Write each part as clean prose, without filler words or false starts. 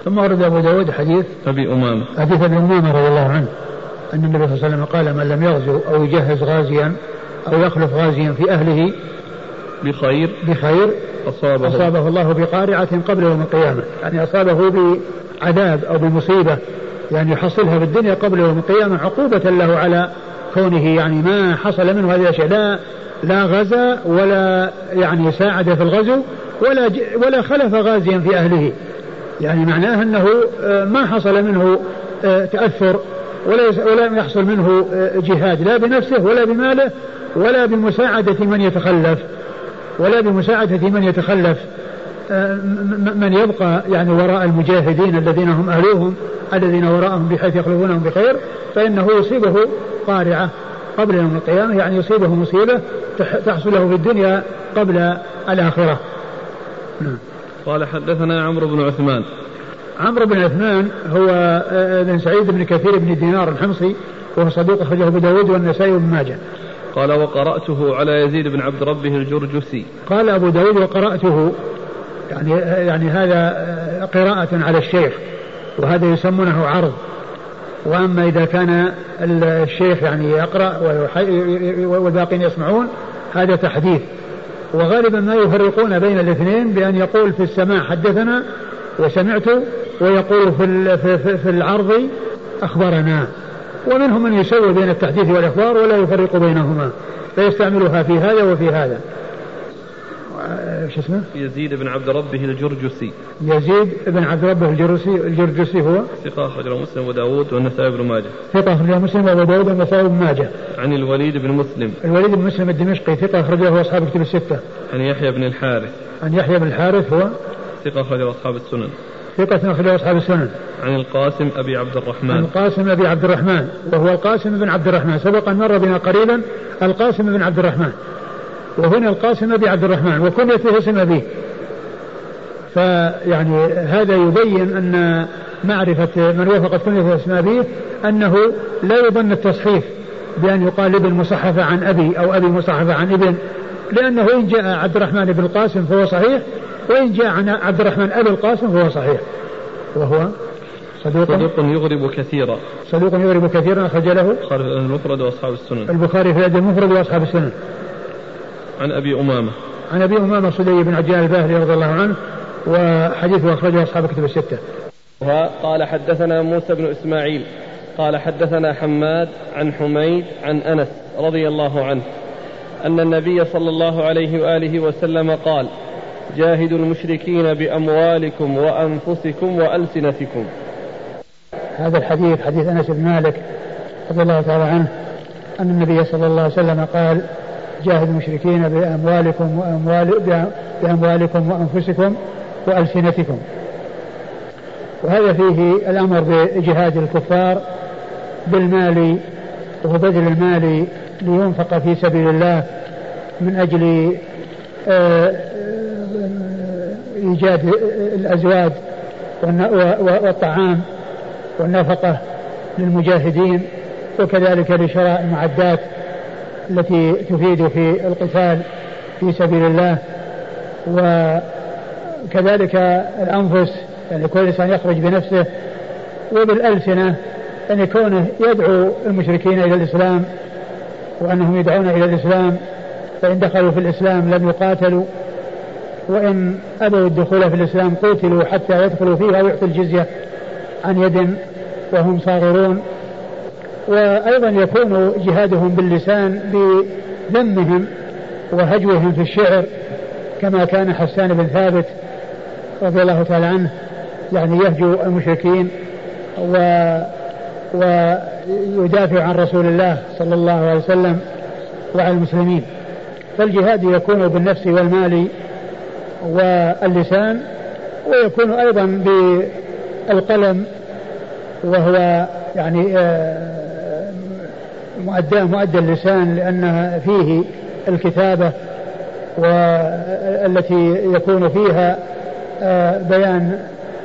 ثم ورد أبو داود حديث أبي أمامة رضي الله عنه أن النبي صلى الله عليه وسلم قال: من لم يغزو أو يجهز غازيا أو يخلف غازيا في أهله بخير أصابه الله بقارعة قبل يوم القيامة، يعني أصابه بعذاب أو بمصيبة يعني يحصلها في الدنيا قبل يوم القيامة عقوبة له على كونه يعني ما حصل منه هذه الأشياء، لا غزا ولا يعني ساعد في الغزو ولا خلف غازيا في أهله، يعني معناه أنه ما حصل منه تأثر ولا يحصل منه جهاد لا بنفسه ولا بماله ولا بمساعدة من يتخلف من يبقى يعني وراء المجاهدين الذين هم أهلوهم الذين وراءهم بحيث يخلفونهم بخير، فإنه يصيبه قارعة قبل يوم القيامة، يعني يصيبه مصيبة تحصل له في الدنيا قبل الآخرة. قال: حدثنا عمرو بن عثمان هو بن سعيد بن كثير بن دينار الحمصي، وهو صدوق أخرجه أبو داود والنسائي وابن ماجه. قال: وقرأته على يزيد بن عبد ربه الجرجسي. قال أبو داود: وقرأته، يعني هذا قراءة على الشيخ، وهذا يسمونه عرض. وأما إذا كان الشيخ يعني يقرأ والباقين يسمعون هذا تحديث. وغالبا ما يفرقون بين الاثنين بأن يقول في السماع حدثنا وسمعت، ويقول في العرض أخبرنا. ومنهم من يسوي بين التحديث والإخبار ولا يفرق بينهما، فيستعملها في هذا وفي هذا. يزيد بن عبد ربه الجرجسي. يزيد بن عبد ربه الجرجسي هو ثقة أخرجه مسلم وداود والنسائي بن ماجه. ثقة أخرجه مسلم وداود والنسائي بن ماجه. عن الوليد بن مسلم الدمشقي ثقة أخرجه أصحاب كتب الستة. عن يحيى بن الحارث هو ثقة أخرجه أصحاب السنن. عن القاسم أبي عبد الرحمن وهو القاسم بن عبد الرحمن، سبق أن مر بنا قريبا القاسم بن عبد الرحمن، وهنا القاسم أبي عبد الرحمن وكنيته اسم أبيه. فيعني هذا يبين أن معرفة من وافقت كنيته اسم أبيه أنه لا يظن التصحيف بأن يقال ابن مصحفة عن أبي أو أبي مصحفة عن ابن، لأنه إن جاء عبد الرحمن بن القاسم فهو صحيح، وإن جاء عن عبد الرحمن أبي القاسم فهو صحيح. وهو صدوق يغرب كثيرا أخرج له البخاري في الأدب المفرد وأصحاب السنن. عن أبي أمامة صدي بن عجلان الباهلي رضي الله عنه، وحديثه أخرجه أصحاب كتب الستة. قال: حدثنا موسى بن إسماعيل قال: حدثنا حماد عن حميد عن أنس رضي الله عنه أن النبي صلى الله عليه وآله وسلم قال: جاهدوا المشركين بأموالكم وأنفسكم وألسنتكم. هذا الحديث حديث أنس بن مالك رضي الله تعالى عنه أن النبي صلى الله عليه وسلم قال: جاهدوا المشركين بأموالكم وأنفسكم وألسنتكم. وهذا فيه الأمر بجهاد الكفار بالمال وبذل المال لينفق في سبيل الله من أجل إيجاد الأزواج والطعام والنفقة للمجاهدين، وكذلك لشراء المعدات التي تفيد في القتال في سبيل الله، وكذلك الأنفس يعني كل إنسان يخرج بنفسه، وبالألسنة أن يكون يدعو المشركين إلى الإسلام وأنهم يدعون إلى الإسلام، فإن دخلوا في الإسلام لم يقاتلوا، وإن أبوا الدخول في الإسلام قتلوا حتى يدخلوا فيها ويعطوا الجزية عن يد وهم صاغرون. وأيضا يكون جهادهم باللسان بذمهم وهجوهم في الشعر، كما كان حسان بن ثابت رضي الله تعالى عنه يعني يهجو المشركين ويدافع عن رسول الله صلى الله عليه وسلم وعن المسلمين. فالجهاد يكون بالنفس والمال واللسان، ويكون أيضا بالقلم، وهو يعني مؤدى اللسان لأنها فيه الكتابة والتي يكون فيها بيان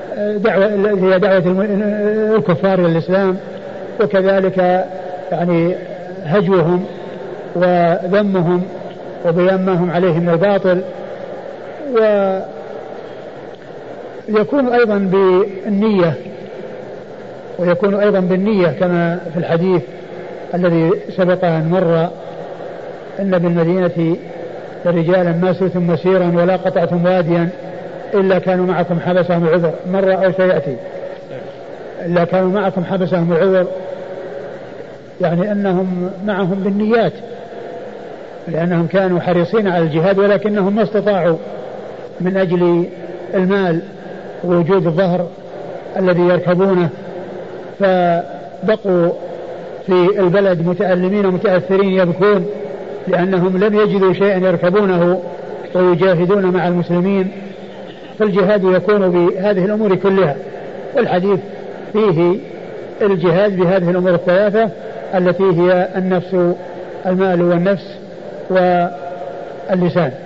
دعوة الكفار إلى الإسلام، وكذلك يعني هجوهم وذمهم وبيان ما هم عليه من الباطل. يكون أيضا بالنية، ويكون أيضا بالنية كما في الحديث الذي سبق أن مر: إن بالمدينة رجالا ما سرتم مسيرا ولا قطعتم واديا إلا كانوا معكم حبسهم العذر، مرة أو سيأتي، إلا كانوا معكم حبسهم العذر، يعني أنهم معهم بالنيات، لأنهم كانوا حريصين على الجهاد ولكنهم ما استطاعوا من أجل المال ووجود الظهر الذي يركبونه، فبقوا في البلد متألمين ومتأثرين يبكون لأنهم لم يجدوا شيئا يركبونه ويجاهدون مع المسلمين. فالجهاد يكون بهذه الأمور كلها، والحديث فيه الجهاد بهذه الأمور الثلاثة التي هي النفس، المال والنفس واللسان.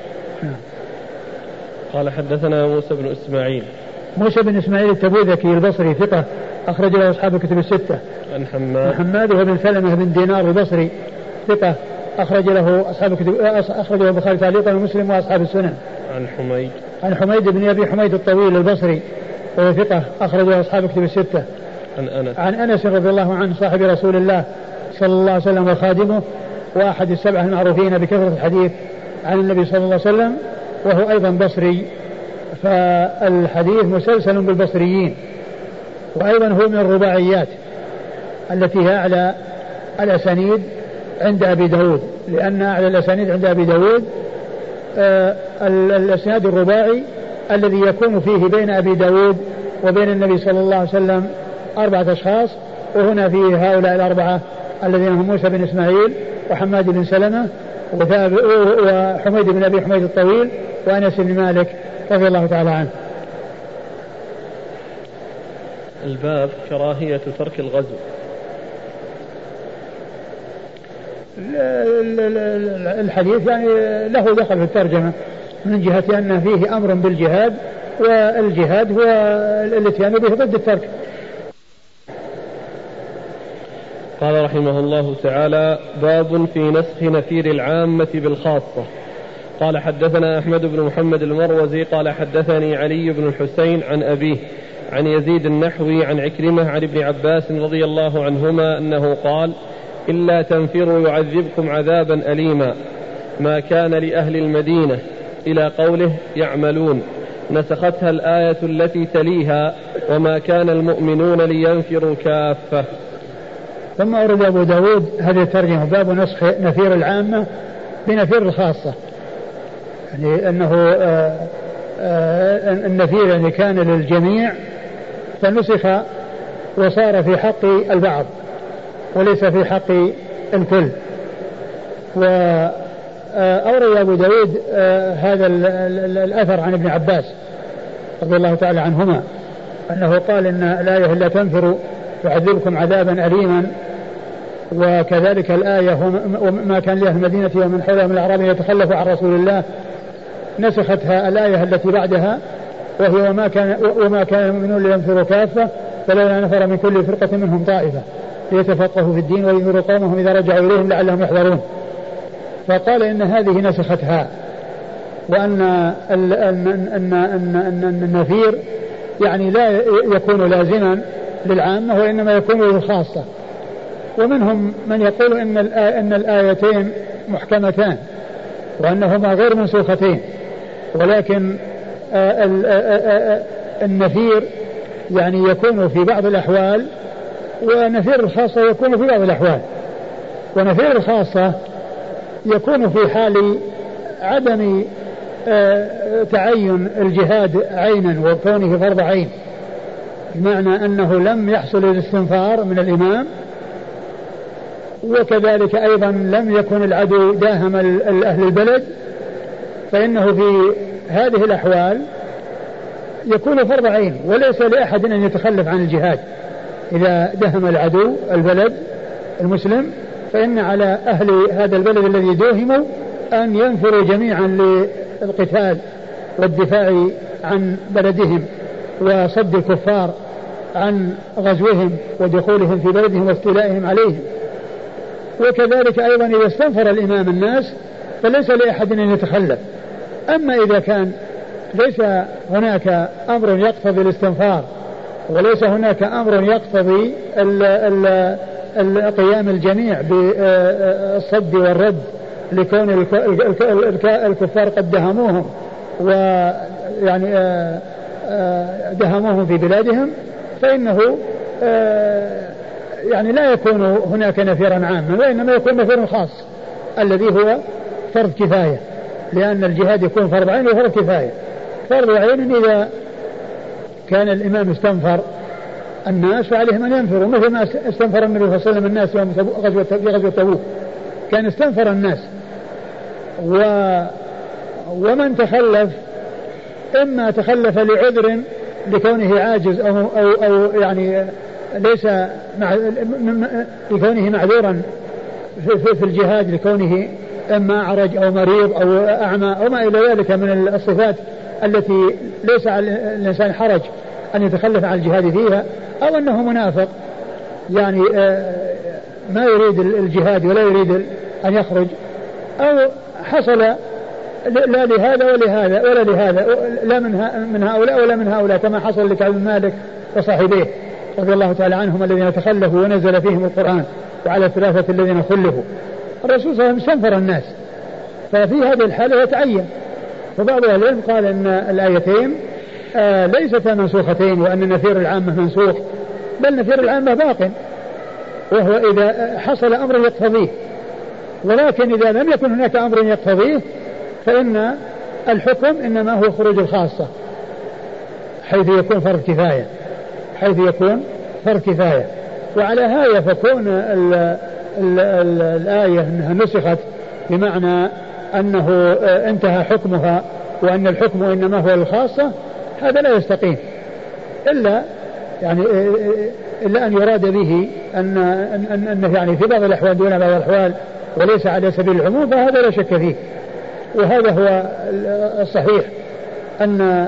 قال حدثنا موسى بن إسماعيل. موسى بن إسماعيل التبوذكي البصري ثقة أخرج له أصحاب الكتب الستة. عن حماد بن سلمة بن دينار البصري ثقة أخرج له أصحاب الكتب، أخرجه البخاري تعليقا ومسلم وأصحاب السنن. عن حميد بن أبي حميد الطويل البصري وهو ثقة أخرجه أصحاب الكتب الستة. عن أنس رضي الله عنه صاحب رسول الله صلى الله عليه وسلم وخادمه وأحد السبعة المعروفين بكثرة الحديث عن النبي صلى الله عليه وسلم، وهو أيضا بصري، فالحديث مسلسل بالبصريين، وأيضا هو من الرباعيات التي هي أعلى الأسانيد عند أبي داود، لأن أعلى الأسانيد عند أبي داود الأسناد الرباعي الذي يكون فيه بين أبي داود وبين النبي صلى الله عليه وسلم 4 أشخاص، وهنا فيه هؤلاء الأربعة الذين هم موسى بن إسماعيل وحماد بن سلمة وحميد بن أبي حميد الطويل وأنس بن مالك رضي الله تعالى عنه. الباب كراهية ترك الغزو. الحديث يعني له دخل في الترجمة من جهة أن فيه أمر بالجهاد، والجهاد هو الاتيان به ضد الترك. قال رحمه الله تعالى: باب في نسخ نفير العامة بالخاصة. قال حدثنا أحمد بن محمد المروزي قال حدثني علي بن الحسين عن أبيه عن يزيد النحوي عن عكرمة عن ابن عباس رضي الله عنهما أنه قال: إلا تنفروا يعذبكم عذابا أليما ما كان لأهل المدينة، إلى قوله يعملون، نسختها الآية التي تليها وما كان المؤمنون لينفروا كافة. ثم أورد أبو داود هذه الترجمة: باب نسخ نفير العامة بنفير الخاصة، يعني أنه النفير يعني كان للجميع فنسخ وصار في حق البعض وليس في حق الكل. وأورد أبو داود هذا الأثر عن ابن عباس رضي الله تعالى عنهما أنه قال إن الآية لا تنفروا يعذبكم عذابا أليما، وكذلك الآية وما كان لأهل المدينة ومن حولهم من الأعراب يتخلفوا عن رسول الله، نسختها الآية التي بعدها وهي وما كان المؤمنون لينفروا كافة فلولا نفر من كل فرقة منهم طائفة ليتفقهوا في الدين وينذروا قومهم إذا رجعوا إليهم لعلهم يحذرون. فقال إن هذه نسختها، وأن النفير يعني لا يكون لازما للعامة وإنما يكون للخاصة. ومنهم من يقول إن الآيتين محكمتان وأنهما غير منسوختين، ولكن النفير يعني يكون في بعض الأحوال ونفير الخاصة يكون في بعض الأحوال. ونفير الخاصة يكون في حال عدم تعين الجهاد عينا وكونه فرض عين، بمعنى أنه لم يحصل الاستنفار من الإمام، وكذلك أيضا لم يكن العدو داهم أهل البلد، فإنه في هذه الأحوال يكون فرض عين وليس لأحد أن يتخلف عن الجهاد. إذا دهم العدو البلد المسلم فإن على أهل هذا البلد الذي دوهموا أن ينفروا جميعا للقتال والدفاع عن بلدهم وصد الكفار عن غزوهم ودخولهم في بلدهم واستيلائهم عليهم. وكذلك أيضا إذا استنفر الإمام الناس فليس لأحد أن يتخلف. أما إذا كان ليس هناك أمر يقتضي الاستنفار، وليس هناك أمر يقتضي قيام الجميع بالصد والرد لكون الكفار قد دهموهم ويعني دهموهم في بلادهم، فإنه يعني لا يكون هناك نفيرا عاما، وإنما يكون نفير خاص الذي هو فرض كفاية، لأن الجهاد يكون فرض عين وفرض كفاية. فرض عين إذا كان الإمام استنفر الناس فعليهم أن ينفروا، مثل ما استنفر النبي صلى الله عليه وسلم الناس في غزوة تبوك، كان استنفر الناس. ومن تخلف إما تخلف لعذر لكونه عاجز أو يعني ليس لكونه معذورا في الجهاد، لكونه إما عرج أو مريض أو أعمى أو ما إلى ذلك من الصفات التي ليس على الإنسان حرج أن يتخلف عن الجهاد فيها، أو أنه منافق يعني ما يريد الجهاد ولا يريد أن يخرج، أو حصل لا لهذا ولا لهذا لا من هؤلاء ولا من هؤلاء، كما حصل لكعب بن مالك وصاحبيه رضي الله تعالى عنهم الذين تخلفوا ونزل فيهم القرآن وعلى الثلاثة الذين خلفوا. الرسول صلى الله عليه وسلم استنفر الناس، ففي هذه الحالة يتعين. فبعض العلم قال أن الآيتين ليستا منسوختين وأن النفير العامة منسوخ، بل نفير العامة باق، وهو إذا حصل أمر يقتضيه، ولكن إذا لم يكن هناك أمر يقتضيه فإن الحكم إنما هو خروج الخاصة، حيث يكون فرض كفاية. وعلى هذا فكون الآية أنها نسخت بمعنى أنه انتهى حكمها وأن الحكم إنما هو الخاصة، هذا لا يستقيم إلا أن يراد به أنه يعني في بعض الأحوال دون بعض الأحوال وليس على سبيل العموم، فهذا لا شك فيه. وهذا هو الصحيح أن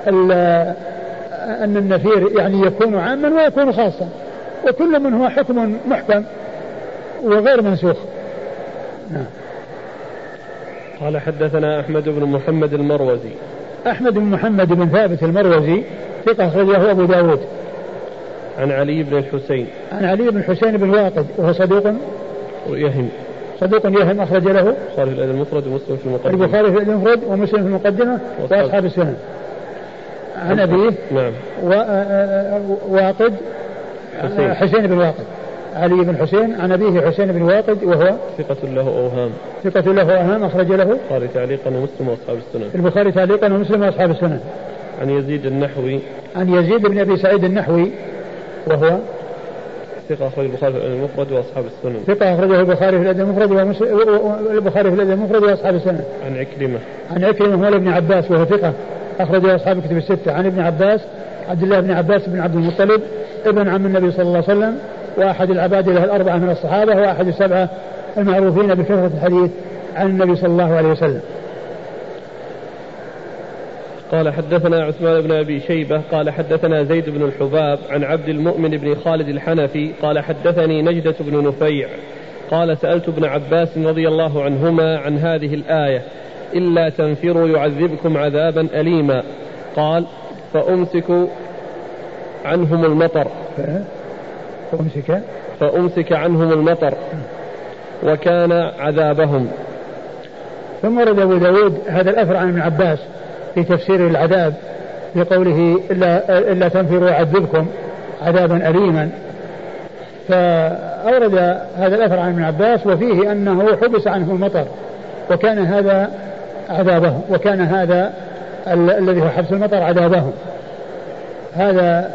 النفير يعني يكون عاما ويكون خاصا، وكل من هو حكم محكم وغير منسوخ. نعم. قال حدثنا أحمد بن محمد المروزي. أحمد بن محمد بن ثابت المروزي ثقة أخرجه أبو داود. عن علي بن الحسين. عن علي بن الحسين بن واقد وهو صدوق يهم أخرج له البخاري في الأدب المفرد ومسلم في المقدمة. البخاري في الأدب المفرد ومسلم في المقدمة وأصحاب السنن. عن أبيه نعم. واقد حسين بن واقد، علي بن حسين عن أبيه حسين بن واقد وهو ثقة له أوهام أخرج له البخاري تعليقا ومسلم وأصحاب السنن. البخاري تعليقا ومسلم وأصحاب السنن. عن يزيد النحوي. عن يزيد بن أبي سعيد النحوي وهو ثقة أخرج البخاري في الأدب المفرد وأصحاب السنن. ثقة أخرجه البخاري في الأدب المفرد والبخاري في الأدب المفرد وأصحاب السنن. عن عكرمة مولى ابن عباس وهو ثقة أخرجه أصحاب الكتب الستة. عن ابن عباس عبد الله بن عباس بن عبد المطلب ابن عم النبي صلى الله عليه وسلم وأحد العباد له الأربعة من الصحابة وأحد السبعة المعروفين بكثرة الحديث عن النبي صلى الله عليه وسلم. قال حدثنا عثمان بن أبي شيبة قال حدثنا زيد بن الحباب عن عبد المؤمن بن خالد الحنفي قال حدثني نجدة بن نفيع قال سألت ابن عباس رضي الله عنهما عن هذه الآية إلا تنفروا يعذبكم عذابا أليما، قال فأمسك عنهم المطر وكان عذابهم. ثم ورد أبو داود هذا الأثر عن ابن عباس في تفسير العذاب بقوله إلا تنفروا يعذبكم عذابا أليما، فأورد هذا الأثر عن ابن عباس وفيه أنه حبس عنه المطر وكان هذا عذابهم، وكان هذا الذي هو حبس المطر عذابهم. هذا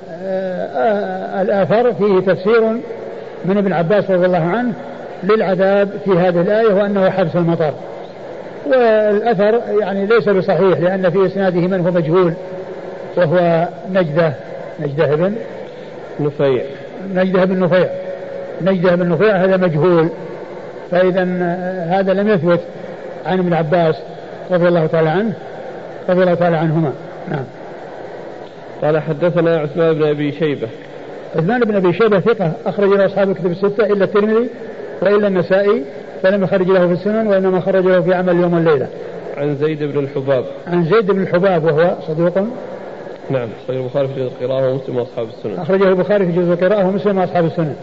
الآثر فيه تفسير من ابن عباس رضي الله عنه للعذاب في هذه الآية وأنه حبس المطر. والأثر يعني ليس بصحيح لأن في إسناده من هو مجهول وهو نجدة بن نفيع هذا مجهول، فإذا هذا لم يثبت عن ابن عباس رضي الله تعالى عنهما. نعم. قال حدثنا عثمان بن أبي شيبة ثقة أخرج له أصحاب الكتب الستة إلا الترمذي وإلا النسائي فلم يخرج له في السنن وإنما خرج له في عمل يوم الليلة. عن زيد بن الحباب. عن زيد بن الحباب وهو صدوق. نعم. أخرجه البخاري في جزء القراءة ومسلم وأصحاب السنن. أخرجه البخاري في جزء القراءة ومسلم وأصحاب السنن.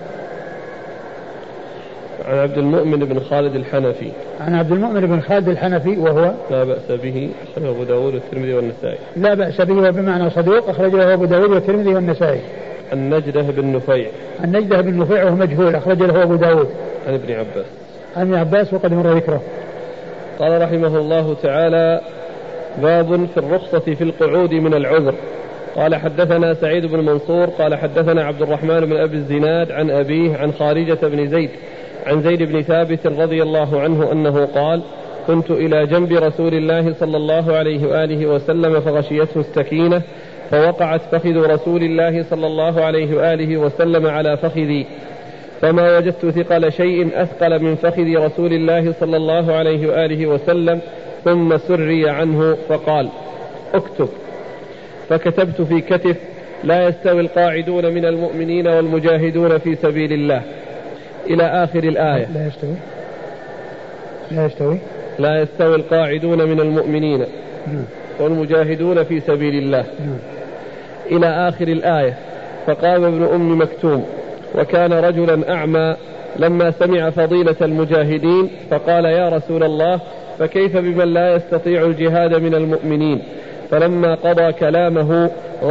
عن عبد المؤمن بن خالد الحنفي. عن عبد المؤمن بن خالد الحنفي وهو لا بأس به، أخرجه أبو داود والترمذي والنسائي. لا بأس به وبمعنى صدوق، أخرجه أبو داود والترمذي والنسائي. عن نجده بن نفيع. عن نجده بن نفيع وهو مجهول، أخرج له أبو داود. عن ابن عباس. عن ابن عباس وقد مر ذكره. قال رحمه الله تعالى: باب في الرخصة في القعود من العذر. قال حدثنا سعيد بن منصور قال حدثنا عبد الرحمن بن أبي الزناد عن أبيه عن خارجة بن زيد عن زيد بن ثابت رضي الله عنه أنه قال: كنت إلى جنب رسول الله صلى الله عليه وآله وسلم فغشيته السكينة فوقعت فخذ رسول الله صلى الله عليه وآله وسلم على فخذي، فما وجدت ثقل شيء أثقل من فخذ رسول الله صلى الله عليه وآله وسلم، ثم سري عنه فقال: اكتب. فكتبت في كتف: لا يستوي القاعدون من المؤمنين والمجاهدون في سبيل الله، إلى آخر الآية. لا يستوي القاعدون من المؤمنين والمجاهدون في سبيل الله، إلى آخر الآية. فقام ابن أم مكتوم وكان رجلا أعمى لما سمع فضيلة المجاهدين فقال: يا رسول الله، فكيف بمن لا يستطيع الجهاد من المؤمنين؟ فلما قضى كلامه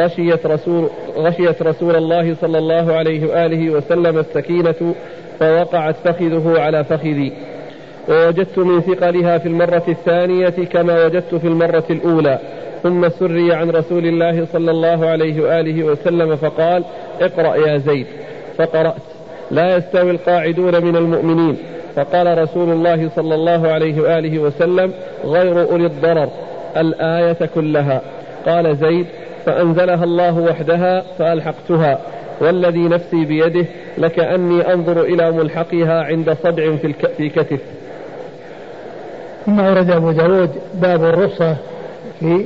غشيت رسول الله صلى الله عليه وآله وسلم السكينة فوقعت فخذه على فخذي، ووجدت من ثقلها في المرة الثانية كما وجدت في المرة الأولى. ثم سري عن رسول الله صلى الله عليه وآله وسلم فقال: اقرأ يا زيد. فقرأت: لا يستوي القاعدون من المؤمنين. فقال رسول الله صلى الله عليه وآله وسلم: غير أولي الضرر، الآية كلها. قال زيد: فأنزلها الله وحدها فألحقتها، والذي نفسي بيده لكأني أنظر إلى ملحقها عند صدع في كتف. ثم أورد أبو داود باب الرخصة في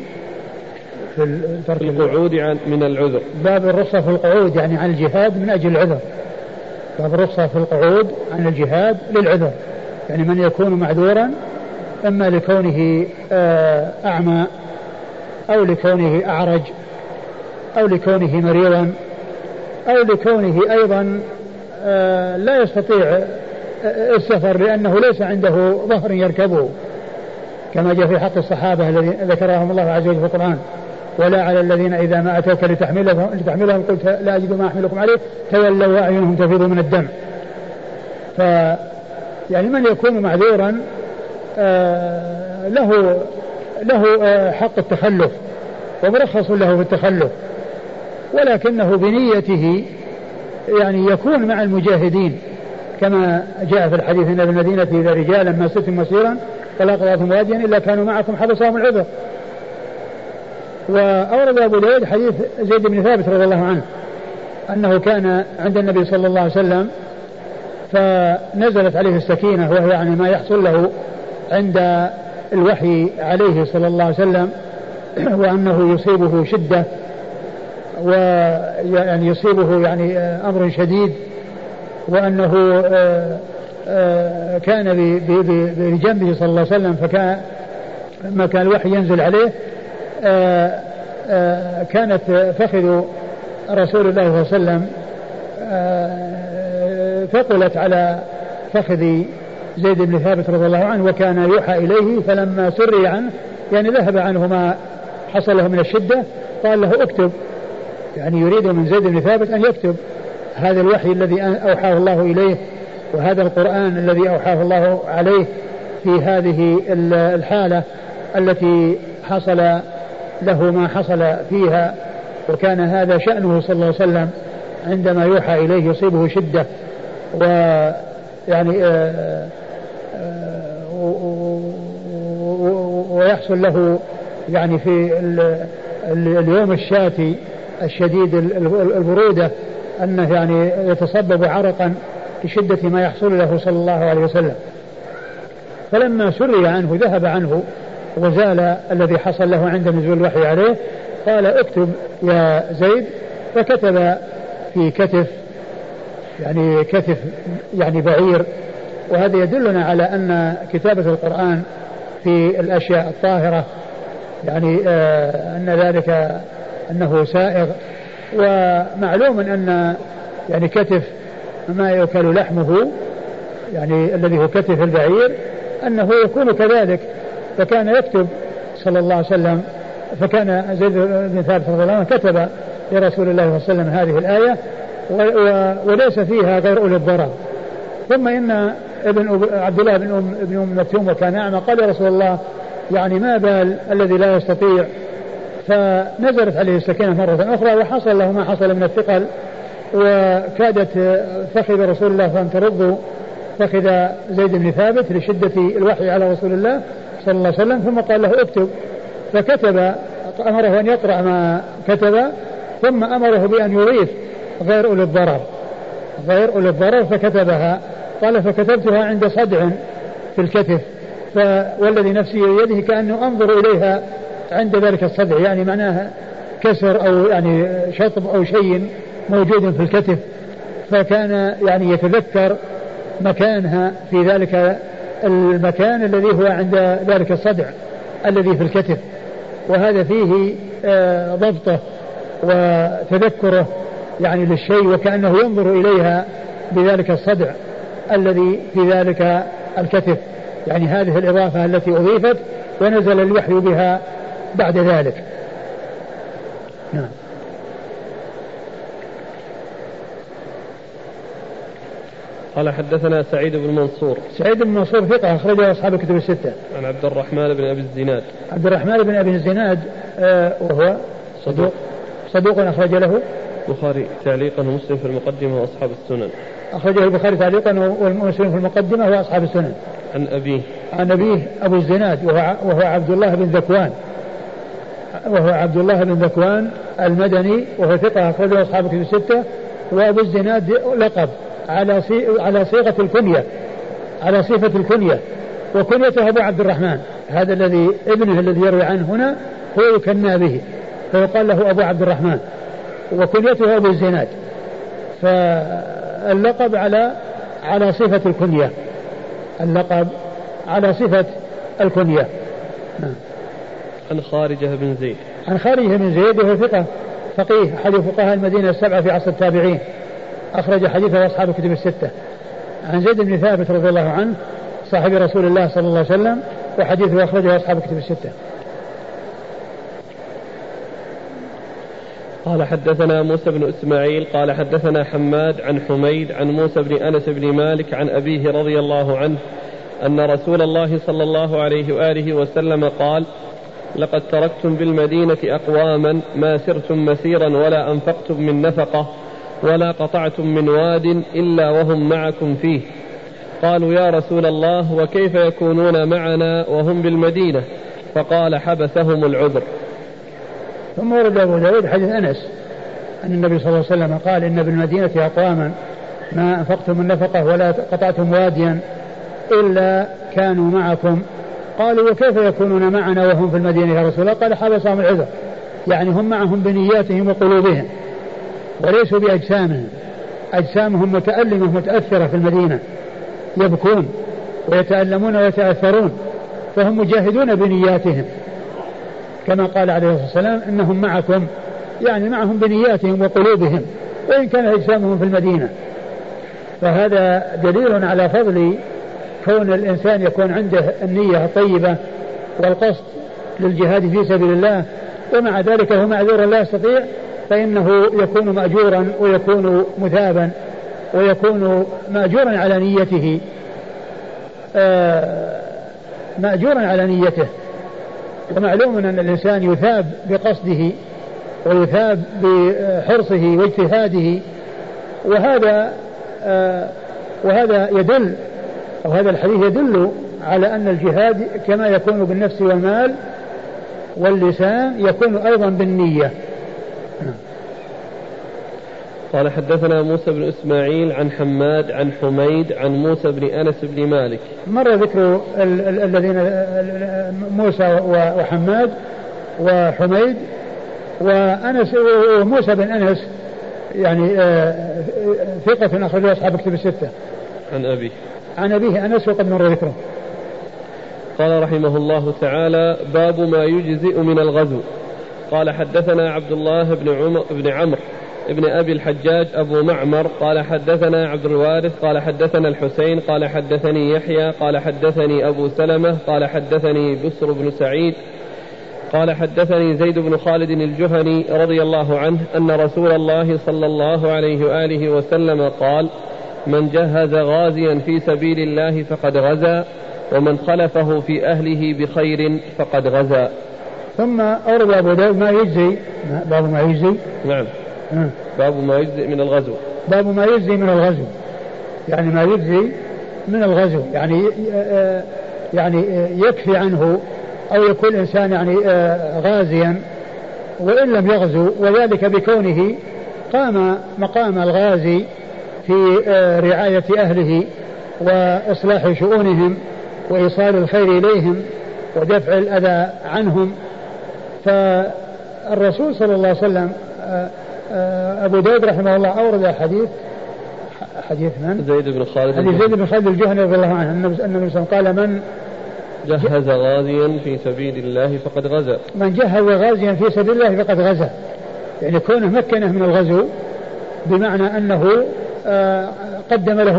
القعود من العذر. باب الرخصة في القعود يعني عن الجهاد من أجل العذر. باب الرخصة في القعود عن الجهاد للعذر، يعني من يكون معذورا إما لكونه أعمى أو لكونه أعرج أو لكونه مريضا أو لكونه أيضا لا يستطيع السفر لأنه ليس عنده ظهر يركبه، كما جاء في حق الصحابة الذين ذكرهم الله عز وجل في القرآن: ولا على الذين إذا ما أتوك لتحملهم قلت لا أجد ما أحملكم عليه تولوا وأعينهم تفيض من الدم. يعني من يكون معذورا له حق التخلف ومرخص له في التخلف، ولكنه بنيته يعني يكون مع المجاهدين، كما جاء في الحديث: إن بالمدينة إذا رجالا ما سرتم مسيرا فلا قضيتم واديا إلا كانوا معكم حبسهم العذر. وأورد أبو داود حديث زيد بن ثابت رضي الله عنه أنه كان عند النبي صلى الله عليه وسلم فنزلت عليه السكينة، وهي يعني ما يحصل له عند الوحي عليه صلى الله عليه وسلم، وأنه يصيبه شدة ويعني يصيبه يعني أمر شديد، وأنه كان بجنبه صلى الله عليه وسلم، فكان لما كان الوحي ينزل عليه كانت فخذ رسول الله صلى الله عليه وسلم ثقلت على فخذ زيد بن ثابت رضي الله عنه، وكان يوحى إليه، فلما سري عنه يعني ذهب عنه ما حصل له من الشدة قال له: اكتب. يعني يريد من زيد بن ثابت أن يكتب هذا الوحي الذي أوحاه الله إليه، وهذا القرآن الذي أوحاه الله عليه في هذه الحالة التي حصل له ما حصل فيها. وكان هذا شأنه صلى الله عليه وسلم عندما يوحى إليه يصيبه شدة، ويعني ويحصل له يعني في اليوم الشاتي الشديد البرودة أنه يعني يتصبب عرقا لشدة ما يحصل له صلى الله عليه وسلم. فلما سري عنه ذهب عنه وزال الذي حصل له عند نزول الوحي عليه، قال: اكتب يا زيد. فكتب في كتف يعني بعير. وهذا يدلنا على أن كتابة القرآن في الأشياء الطاهرة، يعني أن ذلك أنه سائغ. ومعلوم أن يعني كتف ما يؤكل لحمه يعني الذي هو كتف البعير أنه يكون كذلك. فكان يكتب صلى الله عليه وسلم، فكان زيد بن ثابت رضي الله عنه كتب لرسول الله صلى الله عليه وسلم هذه الآية وليس فيها غير أولي الضرر. ثم إن عبد الله بن أم مكتوم وكان أعمى قال يا رسول الله يعني ما بال الذي لا يستطيع، فنزلت عليه السكينة مرة أخرى وحصل له ما حصل من الثقل، وكادت فخذ رسول الله فأن ترض فخذ زيد بن ثابت لشدة الوحي على رسول الله صلى الله عليه وسلم. ثم قال له اكتب، فكتب، أمره أن يقرأ ما كتب، ثم أمره بأن يضيف غير أولي الضرر فكتبها. قال فكتبتها عند صدع في الكتف، والذي نفسي بيده كأنه أنظر إليها عند ذلك الصدع، يعني معناها كسر أو يعني شطب أو شيء موجود في الكتف، فكان يعني يتذكر مكانها في ذلك المكان الذي هو عند ذلك الصدع الذي في الكتف. وهذا فيه ضبطه وتذكره يعني للشيء، وكأنه ينظر إليها بذلك الصدع الذي في ذلك الكتف. يعني هذه الإضافة التي أضيفت ونزل الوحي بها بعد ذلك. نعم. قال حدثنا سعيد بن منصور. سعيد بن منصور ثقة أخرجه أصحاب الكتب الستة. عن عبد الرحمن بن أبي الزناد. عبد الرحمن بن أبي الزناد وهو صدوق أخرج له البخاري تعليقا ومسلم في المقدمة وأصحاب السنن. أخرجه البخاري تعليقا ومسلم في المقدمة وأصحاب السنن. عن أبيه أبو الزناد وهو عبد الله بن ذكوان المدني، وهو ثقة أخرجه أصحاب الكتب الستة. وأبو الزناد لقب على صيغة الكنية، على صفة الكنية، وكنيته أبو عبد الرحمن. هذا الذي ابنه الذي يروي عنه هنا هو يكنى به فيقال له أبو عبد الرحمن، وكنيته أبو الزناد. فاللقب على صفة الكنية، اللقب على صفة الكنية. عن خارجة بن زيد. عن خارجة بن زيد وهو ثقة فقيه أحد فقهاء المدينة السبعة في عصر التابعين، أخرج حديثه أصحاب الكتب الستة. عن زيد بن ثابت رضي الله عنه صاحب رسول الله صلى الله عليه وسلم، وحديثه أخرجه أصحاب الكتب الستة. قال حدثنا موسى بن إسماعيل قال حدثنا حماد عن حميد عن موسى بن أنس بن مالك عن أبيه رضي الله عنه أن رسول الله صلى الله عليه وآله وسلم قال: لقد تركتم بالمدينة أقواما ما سرتم مسيرا ولا أنفقتم من نفقة ولا قطعتم من واد إلا وهم معكم فيه. قالوا: يا رسول الله وكيف يكونون معنا وهم بالمدينة؟ فقال: حبسهم العذر. ثم ورد أبو داود حديث أنس أن النبي صلى الله عليه وسلم قال: إن بالمدينة أقواما ما أنفقتم من نفقة ولا قطعتم واديا إلا كانوا معكم. قالوا: وكيف يكونون معنا وهم في المدينة يا رسول الله؟ قال: حبسهم العذر، يعني هم معهم بنياتهم وقلوبهم وليسوا بأجسامهم. أجسامهم متألمة متأثرة في المدينة، يبكون ويتألمون ويتأثرون، فهم مجاهدون بنياتهم كما قال عليه الصلاة والسلام: إنهم معكم، يعني معهم بنياتهم وقلوبهم وإن كان أجسامهم في المدينة. فهذا دليل على فضل كون الإنسان يكون عنده النية الطيبة والقصد للجهاد في سبيل الله، ومع ذلك هو معذور لا يستطيع، فإنه يكون مأجورا ويكون مثابا ويكون مأجورا على نيته، مأجورا على نيته. ومعلوم أن الإنسان يثاب بقصده ويثاب بحرصه واجتهاده، وهذا يدل، أو هذا الحديث يدل على أن الجهاد كما يكون بالنفس والمال واللسان يكون أيضا بالنية. قال حدثنا موسى بن إسماعيل عن حماد عن حميد عن موسى بن أنس بن مالك. مر ذكر الذين موسى وحماد وحميد وأنس. وموسى بن أنس يعني ثقة أخرجه أصحاب الكتب الستة. عن أبيه أنس وقد مر ذكره. قال رحمه الله تعالى: باب ما يجزئ من الغزو. قال حدثنا عبد الله بن عمرو ابن أبي الحجاج أبو معمر قال حدثنا عبد الوارث قال حدثنا الحسين قال حدثني يحيى قال حدثني أبو سلمة قال حدثني بسر بن سعيد قال حدثني زيد بن خالد الجهني رضي الله عنه أن رسول الله صلى الله عليه وآله وسلم قال: من جهز غازيا في سبيل الله فقد غزا، ومن خلفه في أهله بخير فقد غزا. ثم أورد أبو داود ما يجزي، باب ما يجزي. نعم. باب ما يجزي من الغزو. باب ما يجزي من الغزو، يعني ما يجزي من الغزو، يعني يكفي عنه أو يكون الإنسان يعني غازيا وإن لم يغزو، وذلك بكونه قام مقام الغازي في رعاية أهله وإصلاح شؤونهم وإيصال الخير إليهم ودفع الأذى عنهم. فالرسول صلى الله عليه وسلم أبو داود رحمه الله أورد حديث من؟ زيد بن خالد الجهني رضي الله عنه أن النبي صلى الله عليه وسلم قال: من جهز غازيا في سبيل الله فقد غزا. من جهز غازيا في سبيل الله فقد غزا، يعني كونه مكنه من الغزو بمعنى أنه قدم له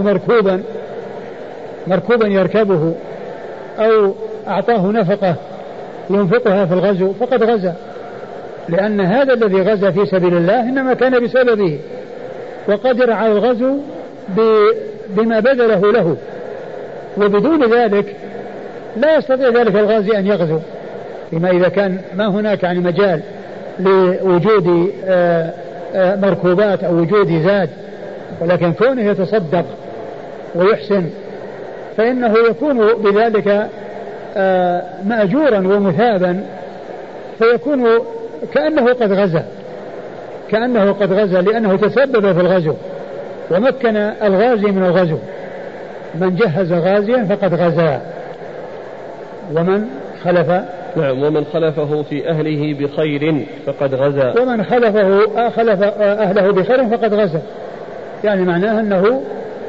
مركوبا يركبه أو أعطاه نفقة ينفقها في الغزو فقد غزا، لأن هذا الذي غزا في سبيل الله إنما كان بسببه وقدر على الغزو بما بذله له، وبدون ذلك لا يستطيع ذلك الغازي أن يغزو، فيما إذا كان ما هناك يعني مجال لوجود مركوبات أو وجود زاد، ولكن كونه يتصدق ويحسن فإنه يكون بذلك مأجورا ومثابا، فيكون كأنه قد غزا لأنه تسبب في الغزو ومكن الغازي من الغزو. من جهز غازيا فقد غزا، ومن خلفه في أهله بخير فقد غزا. ومن خلف أهله بخير فقد غزا، يعني معناه أنه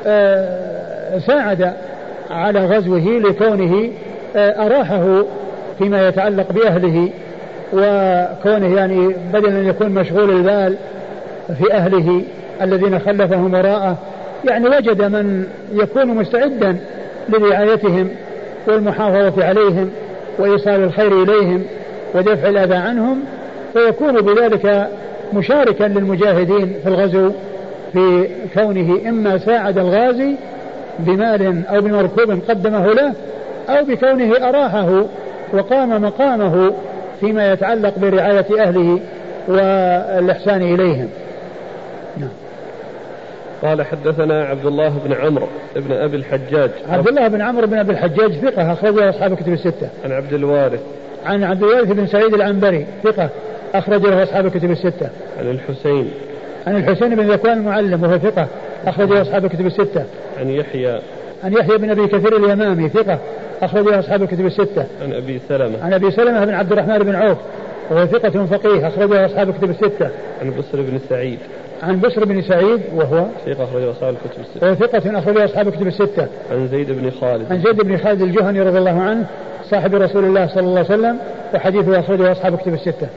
ساعد على غزوه لكونه أراحه فيما يتعلق بأهله، وكونه يعني بدل أن يكون مشغول البال في أهله الذين خلفهم وراءه، يعني وجد من يكون مستعدا لرعايتهم والمحافظة عليهم وإيصال الخير إليهم ودفع الأذى عنهم، فيكون بذلك مشاركا للمجاهدين في الغزو في كونه إما ساعد الغازي بمال أو بمركوب قدمه له، أو بكونه أراحه وقام مقامه فيما يتعلق برعاية أهله والإحسان إليهم. نعم. قال حدثنا عبد الله بن عمرو بن أبي الحجاج. عبد الله بن عمرو بن أبي الحجاج ثقة أخرجه أصحاب الكتب الستة. عن عبد الوارث بن سعيد العنبري ثقة أخرجه أصحاب الكتب الستة. عن الحسين بن ذكوان المعلم وهو ثقة أخرجه أصحاب الكتب الستة. عن يحيى بن أبي كثير اليمامي ثقة أخرجه أصحاب الكتب الستة. عن أبي سلمة بن عبد الرحمن بن عوف وهو ثقة فقيه أخرجه أصحاب الكتب الستة. عن بسر بن سعيد وهو ثقة أخرجه أصحاب الكتب الستة. وهو ثقة أخرجه أصحاب الكتب الستة. عن زيد بن خالد الجهني رضي الله عنه صاحب رسول الله صلى الله عليه وسلم، وحديثه أخرجه أصحاب الكتب الستة.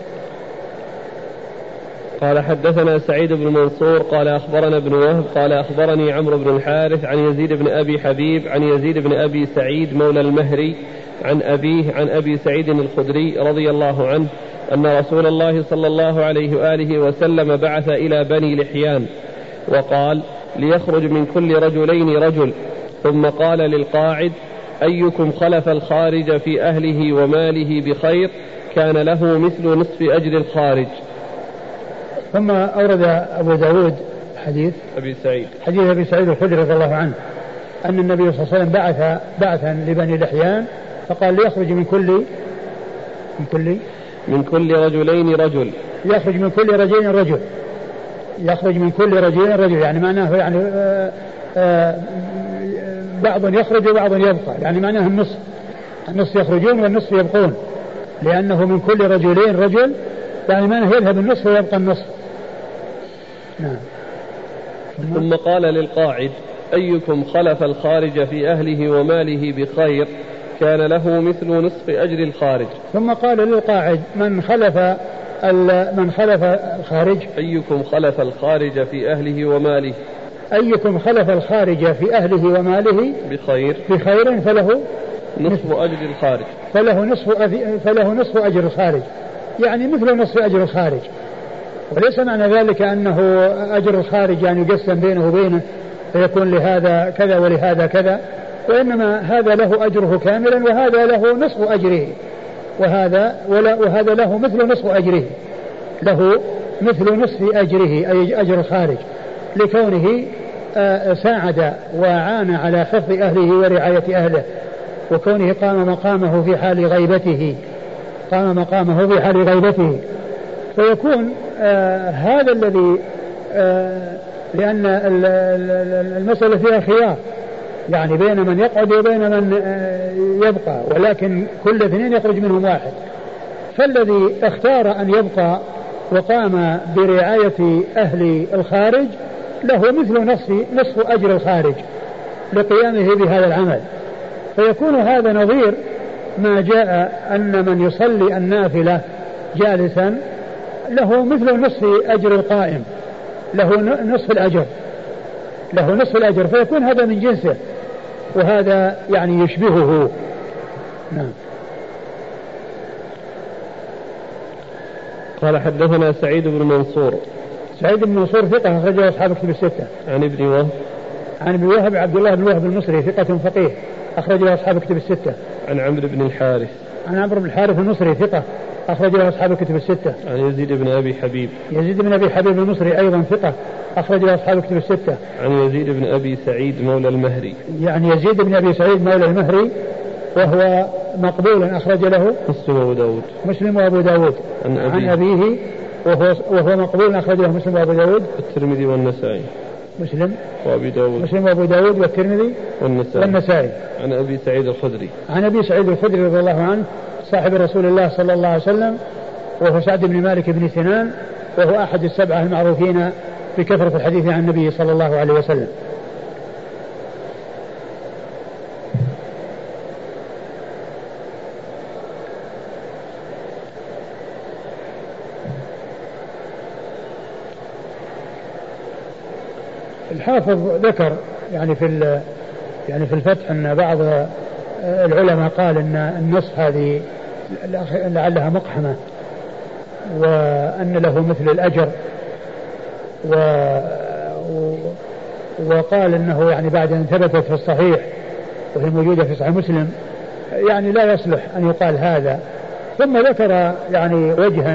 قال حدثنا سعيد بن منصور قال أخبرنا ابن وهب قال أخبرني عمرو بن الحارث عن يزيد بن أبي حبيب عن يزيد بن أبي سعيد مولى المهري عن أبيه عن أبي سعيد الخدري رضي الله عنه أن رسول الله صلى الله عليه وآله وسلم بعث إلى بني لحيان وقال: ليخرج من كل رجلين رجل، ثم قال للقاعد: أيكم خلف الخارج في أهله وماله بخير كان له مثل نصف أجر الخارج. ثم أورد أبو داود حديث أبي سعيد الخدري رضي الله عنه أن النبي صلى الله عليه وسلم بعثا لبني لحيان فقال: ليخرج من كل رجلين رجل. يخرج من كل رجلين رجل، يعني معناه يعني بعض يخرج وبعض يبقى، يعني معناه النصف يخرجون والنصف يبقون، لأنه من كل رجلين رجل، يعني معناه يذهب النصف ويبقى النصف. نعم. ثم قال للقاعد: أيكم خلف الخارج في أهله وماله بخير كان له مثل نصف أجر الخارج. ثم قال للقاعد من خلف الخارج أيكم خلف الخارج في أهله وماله أيكم خلف الخارج في أهله وماله بخير فله نصف أجر الخارج فله نصف أجر الخارج، يعني مثل نصف أجر الخارج. وليس معنى ذلك أنه أجر الخارج يعني يقسم بينه وبينه فيكون لهذا كذا ولهذا كذا، وإنما هذا له أجره كاملا وهذا له نصف أجره، وهذا له مثل نصف أجره، له مثل نصف أجره أي أجر الخارج، لكونه ساعد وعان على حفظ أهله ورعاية أهله، وكونه قام مقامه في حال غيبته، فيكون هذا الذي لأن المسألة فيها خيار يعني بين من يقعد وبين من يبقى، ولكن كل اثنين يخرج منهم واحد، فالذي اختار أن يبقى وقام برعاية أهل الخارج له مثل نصف أجر الخارج لقيامه بهذا العمل، فيكون هذا نظير ما جاء أن من يصلي النافلة جالسا له مثل نصف أجر القائم، له نصف الأجر، فيكون هذا من جنسه، وهذا يعني يشبهه. نعم. قال حدثنا سعيد بن منصور ثقة أخرجه أصحاب كتب الستة. عن ابن وهب عبد الله بن وهب المصري ثقة فقيه أخرجه أصحاب كتب الستة. عن عمرو بن الحارث المصري ثقة أخرجه أصحاب كتب الستة. عن يزيد بن أبي حبيب المصري أيضا ثقة أخرجه أصحاب كتب الستة. عن يزيد بن أبي سعيد مولى المهري، يعني يزيد بن أبي سعيد مولى المهري وهو مقبول أخرج له مسلم وأبو داود. عن أبيه وهو مقبول أخرج له مسلم وأبو داود والترمذي والنسائي. مسلم وأبو داود والترمذي والنسائي. عن أبي سعيد الخدري رضي الله عنه صاحب رسول الله صلى الله عليه وسلم، وهو سعد بن مالك بن سنان، وهو أحد السبعة المعروفين بكثرة الحديث عن النبي صلى الله عليه وسلم. الحافظ ذكر يعني في الفتح أن بعض العلماء قال أن النص هذه لعلها مقحمة، وأن له مثل الأجر، وقال أنه يعني بعد أن ثبتت في الصحيح وهي موجودة في صحيح مسلم يعني لا يصلح أن يقال هذا. ثم ذكر يعني وجها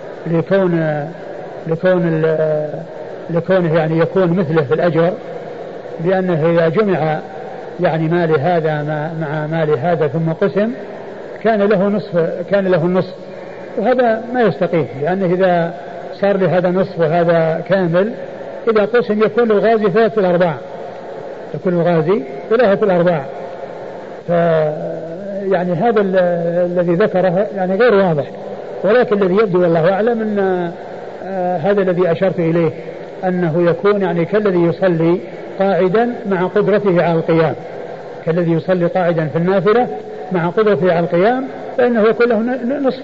لكونه يعني يكون مثله في الأجر، لأنه إذا جمع يعني مال هذا مع مال هذا ثم قسم كان له النصف، وهذا ما يستقيم، لأنه إذا صار لهذا نصف وهذا كامل إذا قسم يكون الغازي 3/4. يعني هذا الذي ذكره يعني غير واضح، ولكن الذي يبدو والله أعلم أن هذا الذي أشرت إليه أنه يكون يعني كالذي يصلي قاعدا مع قدرته على القيام، كالذي يصلي قاعدا في النافلة مع قدرته على القيام، فإنه يكون له نصف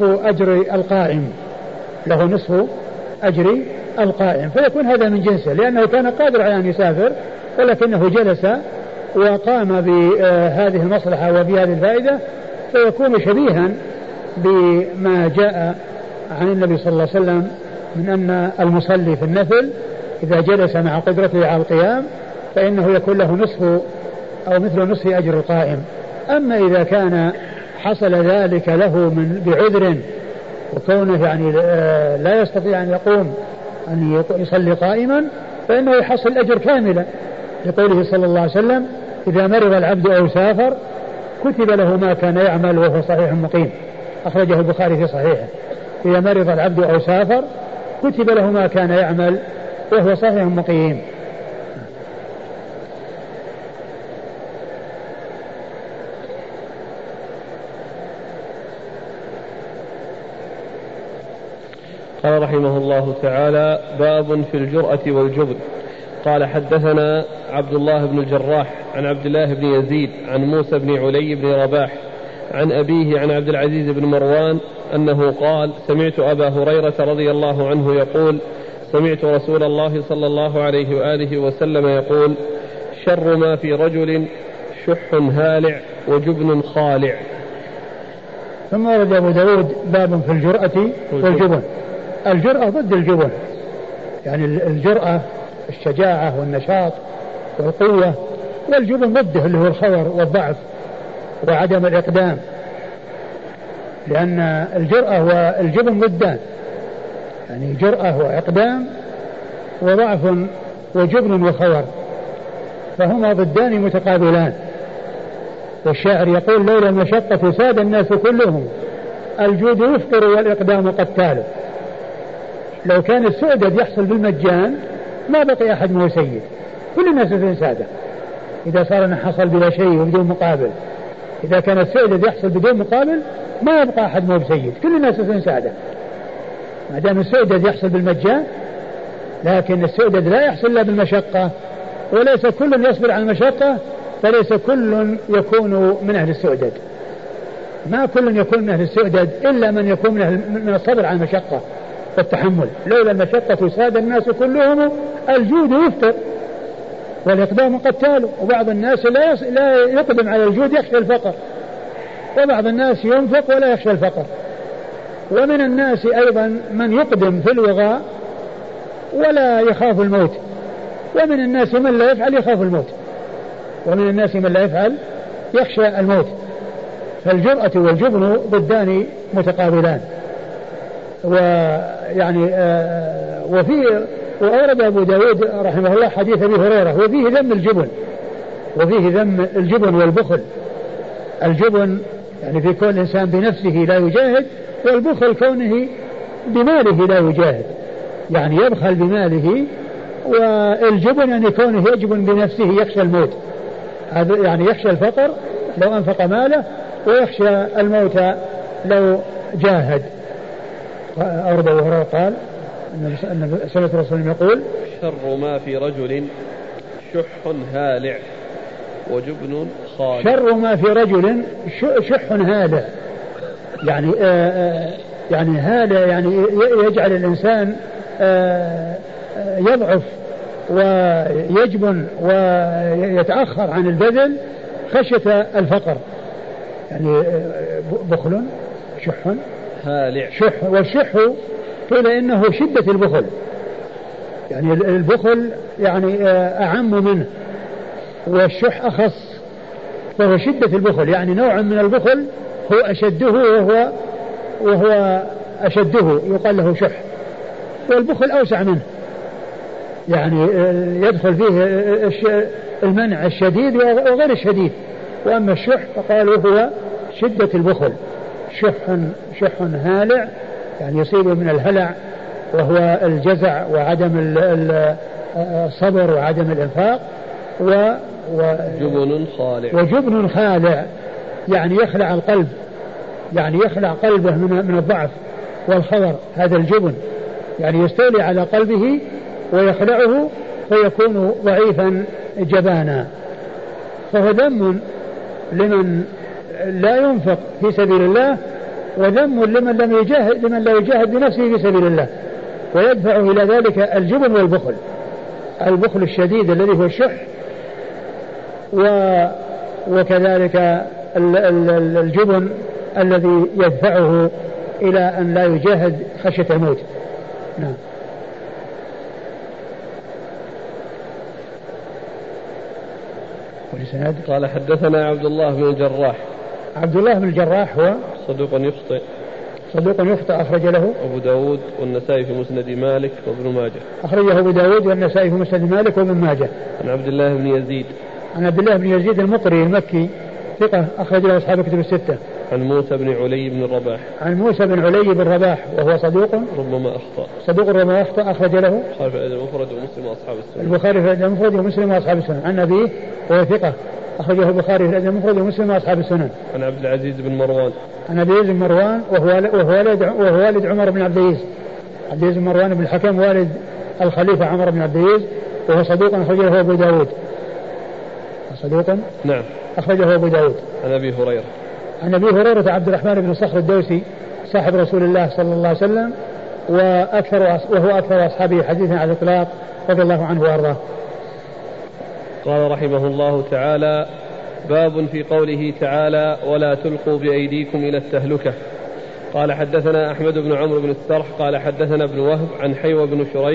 أجر القائم، فيكون هذا من جنسه، لأنه كان قادر على أن يسافر ولكنه جلس وقام بهذه المصلحة وبهذه الفائدة، فيكون شبيها بما جاء عن النبي صلى الله عليه وسلم من أن المصلي في النفل إذا جلس مع قدرته على القيام فإنه يكون له نصف أو مثل نصف أجر القائم. أما إذا كان حصل ذلك له بعذر وكونه يعني لا يستطيع أن يقوم أن يصلي قائما فإنه يحصل الأجر كاملا، لقوله صلى الله عليه وسلم إذا مرض العبد أو سافر كتب له ما كان يعمل وهو صحيح مقيم، أخرجه البخاري في صحيحه. إذا مرض العبد أو سافر كتب له ما كان يعمل وهو صحيح مقيم. قال رحمه الله تعالى: باب في الجرأة والجبن. قال حدثنا عبد الله بن الجراح عن عبد الله بن يزيد عن موسى بن علي بن رباح عن أبيه عن عبد العزيز بن مروان أنه قال سمعت أبا هريرة رضي الله عنه يقول سمعت رسول الله صلى الله عليه وآله وسلم يقول شر ما في رجل شح هالع وجبن خالع. ثم ورد أبو داود باب في الجرأة والجبن. الجرأة ضد الجبن، يعني الجرأة الشجاعة والنشاط والقوة، والجبن ضده اللي هو الخور والضعف وعدم الإقدام، لأن الجرأة والجبن ضدان، يعني جرأة وإقدام وضعف وجبن وخور، فهما ضدان متقابلان. والشاعر يقول لولا المشقة ساد الناس كلهم الجود يفطر والإقدام قتال. لو كان السؤدد يحصل بالمجان ما بقي أحد ما هو سيد، كل الناس في سادة. إذا صار أنه حصل بلا شيء وبدون مقابل، إذا كان السؤدد يحصل بدون مقابل ما يبقى أحد ما هو سيد، كل الناس في سادة ما دام السؤدد يحصل بالمجان. لكن السؤدد لا يحصل إلا بالمشقة، وليس كل يصبر على المشقة، فليس كل يكون من أهل السؤدد. ما كل يكون من أهل السؤدد إلا من يكون من الصبر على المشقة والتحمل. لولا المشقة ساد الناس كلهم الجود يفطر والإقدام قتال. وبعض الناس لا يقدم على الجود يخشى الفقر، وبعض الناس ينفق ولا يخشى الفقر. ومن الناس أيضا من يقدم في الوغاء ولا يخاف الموت، ومن الناس من لا يفعل يخاف الموت، ومن الناس من لا يفعل يخشى الموت. فالجرأة والجبن ضدان متقابلان. ويعني وأورد أبو داود رحمه الله حديث أبي هريرة وفيه ذم الجبن، وفيه ذم الجبن والبخل. الجبن يعني في كون الإنسان بنفسه لا يجاهد، والبخل كونه بماله لا يجاهد، يعني يبخل بماله. والجبن يعني كونه يجبن بنفسه يخشى الموت، هذا يعني يخشى الفقر لو أنفق ماله، ويخشى الموت لو جاهد. أورد أبو هريرة قال أن سمعت الرسول يقول شر ما في رجل شح هالع وجبن خالع. شر ما في رجل شح هالع، يعني هالع يعني يجعل الإنسان يضعف ويجبن ويتأخر عن البذل خشية الفقر. يعني بخل شح هالع. شح، والشح قيل إنه شدة البخل، يعني البخل يعني أعم منه، والشح أخص، فهو شدة البخل، يعني نوع من البخل هو أشده وهو أشده يقال له شح، والبخل أوسع منه، يعني يدخل فيه المنع الشديد وغير الشديد. وأما الشح فقالوا هو شدة البخل. شح هالع يعني يصيب من الهلع وهو الجزع وعدم الصبر وعدم الإنفاق. جبن خالع. وجبن خالع يعني يخلع القلب، يعني يخلع قلبه من الضعف والخور. هذا الجبن يعني يستولي على قلبه ويخلعه فيكون ضعيفا جبانا. فهو ذم لمن لا ينفق في سبيل الله، وذم لمن لا يجاهد بنفسه في سبيل الله، ويدفع إلى ذلك الجبن والبخل. البخل الشديد الذي هو الشح، وكذلك الجبن الذي يدفعه إلى أن لا يجاهد خشية الموت. نعم. قال حدثنا عبد الله بن الجراح. عبد الله بن الجراح هو صدوق يخطئ أخرج له أبو داود والنسائي في مسند مالك وابن ماجه. أخرجه أبو داود والنسائي في مسند مالك وابن ماجه. عن عبد الله بن يزيد. عن عبد الله بن يزيد المقري المكي ثقة أخرج له أصحاب كتب الستة. عن موسى بن علي بن الرباح. عن موسى بن علي بن الرباح وهو صدوق ربما أخطأ أخرج له البخاري في الأدب المفرد ومسلم وأصحاب السنن. البخاري في الأدب المفرد ومسلم وأصحاب السنن. عن أبيه وهو ثقة أخرجه البخاري في الأدب المفرد ومسلم وأصحاب السنن. عن عبد العزيز بن مروان. عن عبد العزيز بن مروان وهو والد عمر بن عبد العزيز. عبد العزيز بن مروان بن الحكم والد الخليفة عمر بن عبد العزيز، وهو صدوق أخرجه أبو داود. صدوق نعم أخرجه أبو داود. عن أبي هريرة. عن أبي هريرة عبد الرحمن بن صخر الدوسي صاحب رسول الله صلى الله عليه وسلم وهو أكثر أصحابه حديثا على الإطلاق رضي الله عنه وأرضاه. قال رحمه الله تعالى: باب في قوله تعالى: ولا تلقوا بأيديكم إلى التهلكة. قال حدثنا أحمد بن عمرو بن السرح قال حدثنا ابن وهب عن حيوة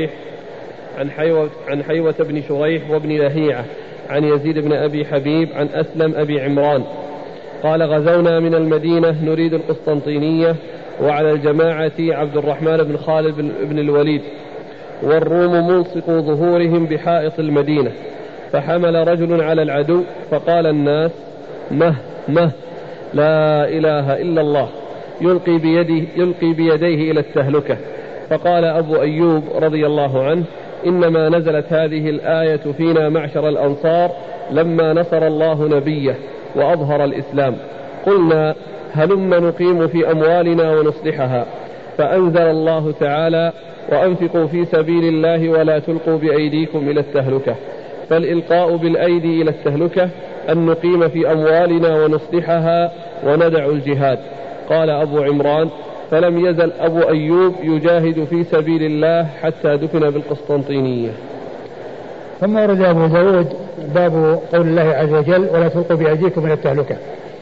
بن شريح وابن لهيعة عن يزيد بن أبي حبيب عن أسلم أبي عمران قال: غزونا من المدينة نريد القسطنطينية وعلى الجماعة عبد الرحمن بن خالد بن الوليد والروم ملصقوا ظهورهم بحائط المدينة، فحمل رجل على العدو فقال الناس: مه لا إله إلا الله، يلقي بيديه إلى التهلكة. فقال أبو أيوب رضي الله عنه: إنما نزلت هذه الآية فينا معشر الأنصار لما نصر الله نبيه وأظهر الإسلام، قلنا: هلم نقيم في أموالنا ونصلحها، فأنزل الله تعالى: وأنفقوا في سبيل الله ولا تلقوا بأيديكم إلى التهلكة. فالإلقاء بالأيدي إلى التهلكة أن نقيم في أموالنا ونصلحها وندع الجهاد. قال أبو عمران: فلم يزل أبو أيوب يجاهد في سبيل الله حتى دفن بالقسطنطينية. ثم ورد أبو داود باب قول الله عز وجل: ولا تلقوا بأيديكم إلى التهلكة.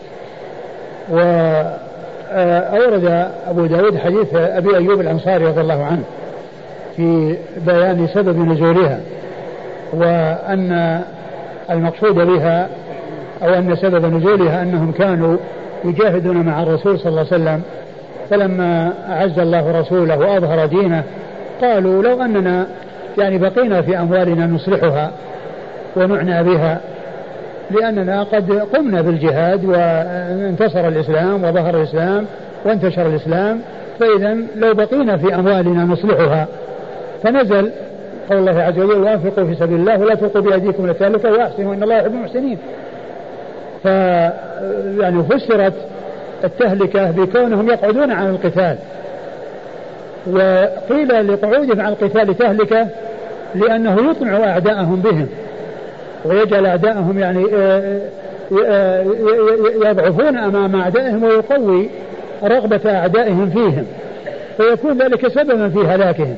وأورد أبو داود حديث أبي أيوب الأنصاري رضي الله عنه في بيان سبب نزولها، وأن المقصود بها أو أن سبب نزولها أنهم كانوا يجاهدون مع الرسول صلى الله عليه وسلم، فلما أعز الله رسوله وأظهر دينه قالوا: لو أننا بقينا في أموالنا نصلحها ونعنى بها، لأننا قد قمنا بالجهاد وانتصر الإسلام وظهر الإسلام وانتشر الإسلام، فإذا لو بقينا في أموالنا نصلحها. فنزل قول الله عز وجل: وأنفقوا في سبيل الله ولا تلقوا بأيديكم إلى التهلكة وأحسنوا إن الله يحب المحسنين. فسرت التهلكة بكونهم يقعدون عن القتال، وقيل لقعودهم عن القتال تهلكة لأنه يطمع أعداءهم بهم ويجعل أعداءهم يضعفون أمام أعدائهم ويقوي رغبة أعدائهم فيهم، فيكون ذلك سببا في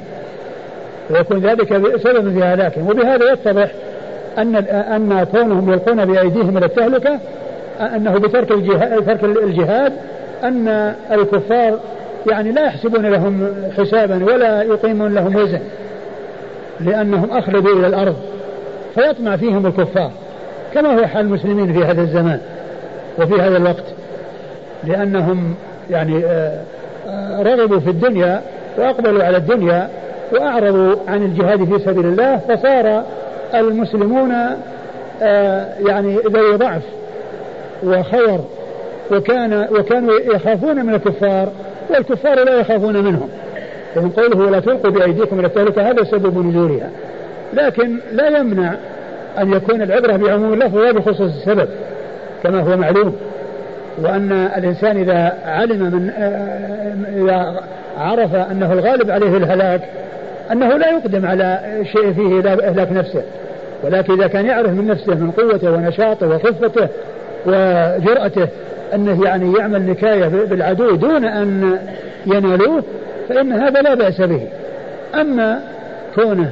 هلاكهم. وبهذا يتضح أن كونهم يلقون بأيديهم إلى التهلكة أنه بترك الجهاد أن الكفار لا يحسبون لهم حسابا ولا يقيمون لهم وزن، لأنهم أخلدوا إلى الأرض فيطمع فيهم الكفار، كما هو حال المسلمين في هذا الزمان وفي هذا الوقت، لأنهم رغبوا في الدنيا وأقبلوا على الدنيا وأعرضوا عن الجهاد في سبيل الله، فصار المسلمون ذوي ضعف وخور، وكانوا يخافون من الكفار والكفار لا يخافون منهم. إذن قوله: ولا تلقوا بأيديكم إلى التهلكة هذا سبب نزولها، لكن لا يمنع أن يكون العبرة بعموم اللفظ ولا بخصوص السبب كما هو معلوم، وأن الإنسان إذا إذا عرف أنه الغالب عليه الهلاك أنه لا يقدم على شيء فيه إهلاك نفسه، ولكن إذا كان يعرف من نفسه من قوته ونشاطه وخفته وجرأته أنه يعمل نكاية بالعدو دون أن ينالوه فإن هذا لا بأس به. أما كونه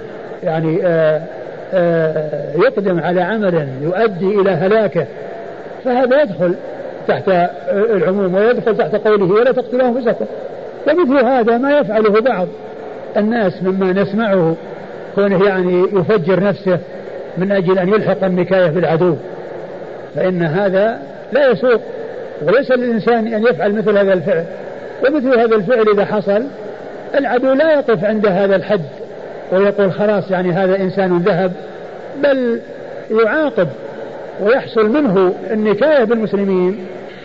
يقدم على عمل يؤدي إلى هلاكه فهذا يدخل تحت العموم ويدخل تحت قوله: ولا تقتلوا أنفسكم. ومثل هذا ما يفعله بعض الناس مما نسمعه، كونه يفجر نفسه من أجل أن يلحق النكاية بالعدو، فإن هذا لا يسوق، وليس للإنسان أن يفعل مثل هذا الفعل. ومثل هذا الفعل إذا حصل العدو لا يقف عند هذا الحد ويقول خلاص هذا إنسان ذهب، بل يعاقب ويحصل منه النكاية بالمسلمين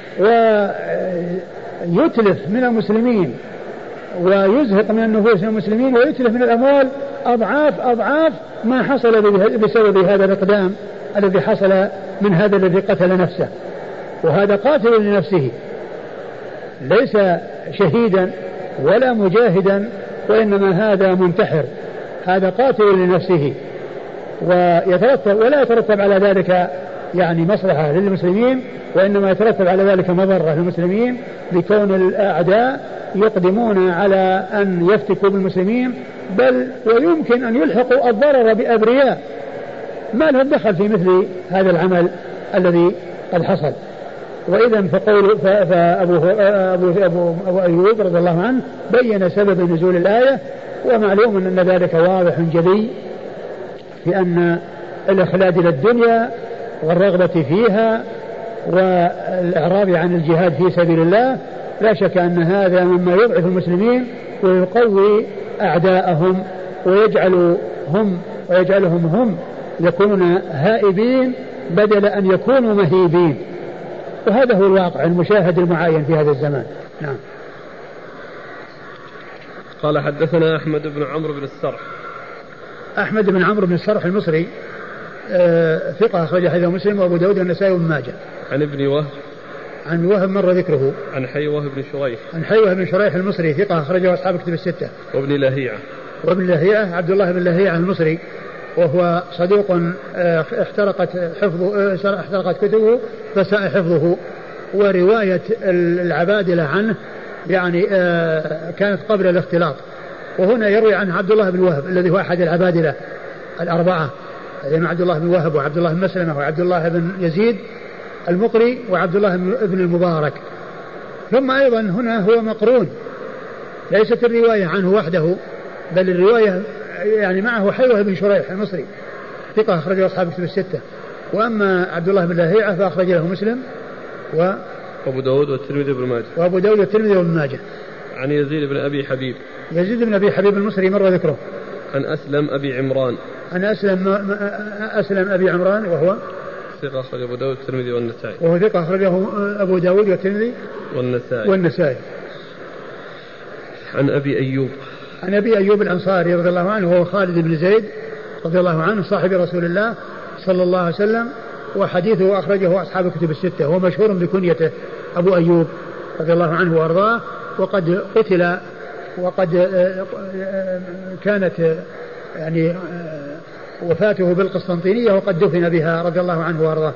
ويتلف من المسلمين ويزهق من النفوس المسلمين ويتلف من الأموال أضعاف ما حصل بسبب هذا الإقدام الذي حصل من هذا الذي قتل نفسه. وهذا قاتل لنفسه ليس شهيدا ولا مجاهدا، وإنما هذا منتحر، هذا قاتل لنفسه، ولا يترتب على ذلك يعني مصلحة للمسلمين، وإنما يترتب على ذلك مضرة للمسلمين بكون الأعداء يقدمون على أن يفتكوا بالمسلمين، بل ويمكن أن يلحقوا الضرر بأبرياء ما لهم دخل في مثل هذا العمل الذي قد حصل. وإذا فأبو أيوب رضي الله عنه بين سبب نزول الآية، ومعلوم أن ذلك واضح جلي في أن الإخلاد إلى الدنيا والرغبة فيها والإعراض عن الجهاد في سبيل الله لا شك أن هذا مما يضعف المسلمين ويقوي أعداءهم ويجعلهم هم يكونون هائبين بدل أن يكونوا مهيبين، وهذا هو الواقع المشاهد المعاين في هذا الزمان. نعم. قال حدثنا أحمد بن عمرو بن السرح. أحمد بن عمرو بن السرح المصري ثقة أخرج حديثه مسلم وأبو داود والنسائي وابن ماجه. عن ابن وهب. عن وهب مر ذكره. عن حيوة بن شريح. عن حيوة بن شريح المصري ثقة أخرجه أصحاب كتب الستة. وابن لهيعة. وابن لهيعة عبد الله بن لهيعة المصري وهو صدوق احترقت كتبه فساء حفظه، ورواية العبادلة عنه يعني كانت قبل الاختلاط. وهنا يروي عن عبد الله بن وهب الذي هو أحد العبادلة الأربعة، يعني عبد الله بن وهب وعبد الله بن مسلمة وعبد الله بن يزيد المقري وعبد الله بن المبارك. ثم أيضا هنا هو مقرون، ليست الرواية عنه وحده بل الرواية يعني معه حيوة بن شريح المصري ثقة أخرجه أصحاب كتب الستة. وأما عبد الله بن لهيعة فأخرج له مسلم وأبو داود والترمذي وابن ماجه. وأبو داود والترمذي وابن ماجه. عن يزيد بن أبي حبيب. يزيد بن أبي حبيب المصري مر ذكره. عن أسلم أبي عمران. عن أسلم أبي عمران وهو ثقة أخرجه أبو داود والترمذي والنسائي. وهو ثقة أخرجه أبو داود والترمذي والنسائي. عن أبي أيوب. عن أبي أيوب الأنصاري رضي الله عنه وهو خالد بن زيد رضي الله عنه صاحب رسول الله صلى الله عليه وسلم، وحديثه أخرجه أصحاب الكتب الستة. هو مشهور بكنيته أبو أيوب رضي الله عنه وأرضاه، وقد قتل وقد كانت يعني وفاته بالقسطنطينية وقد دفن بها رضي الله عنه وأرضاه.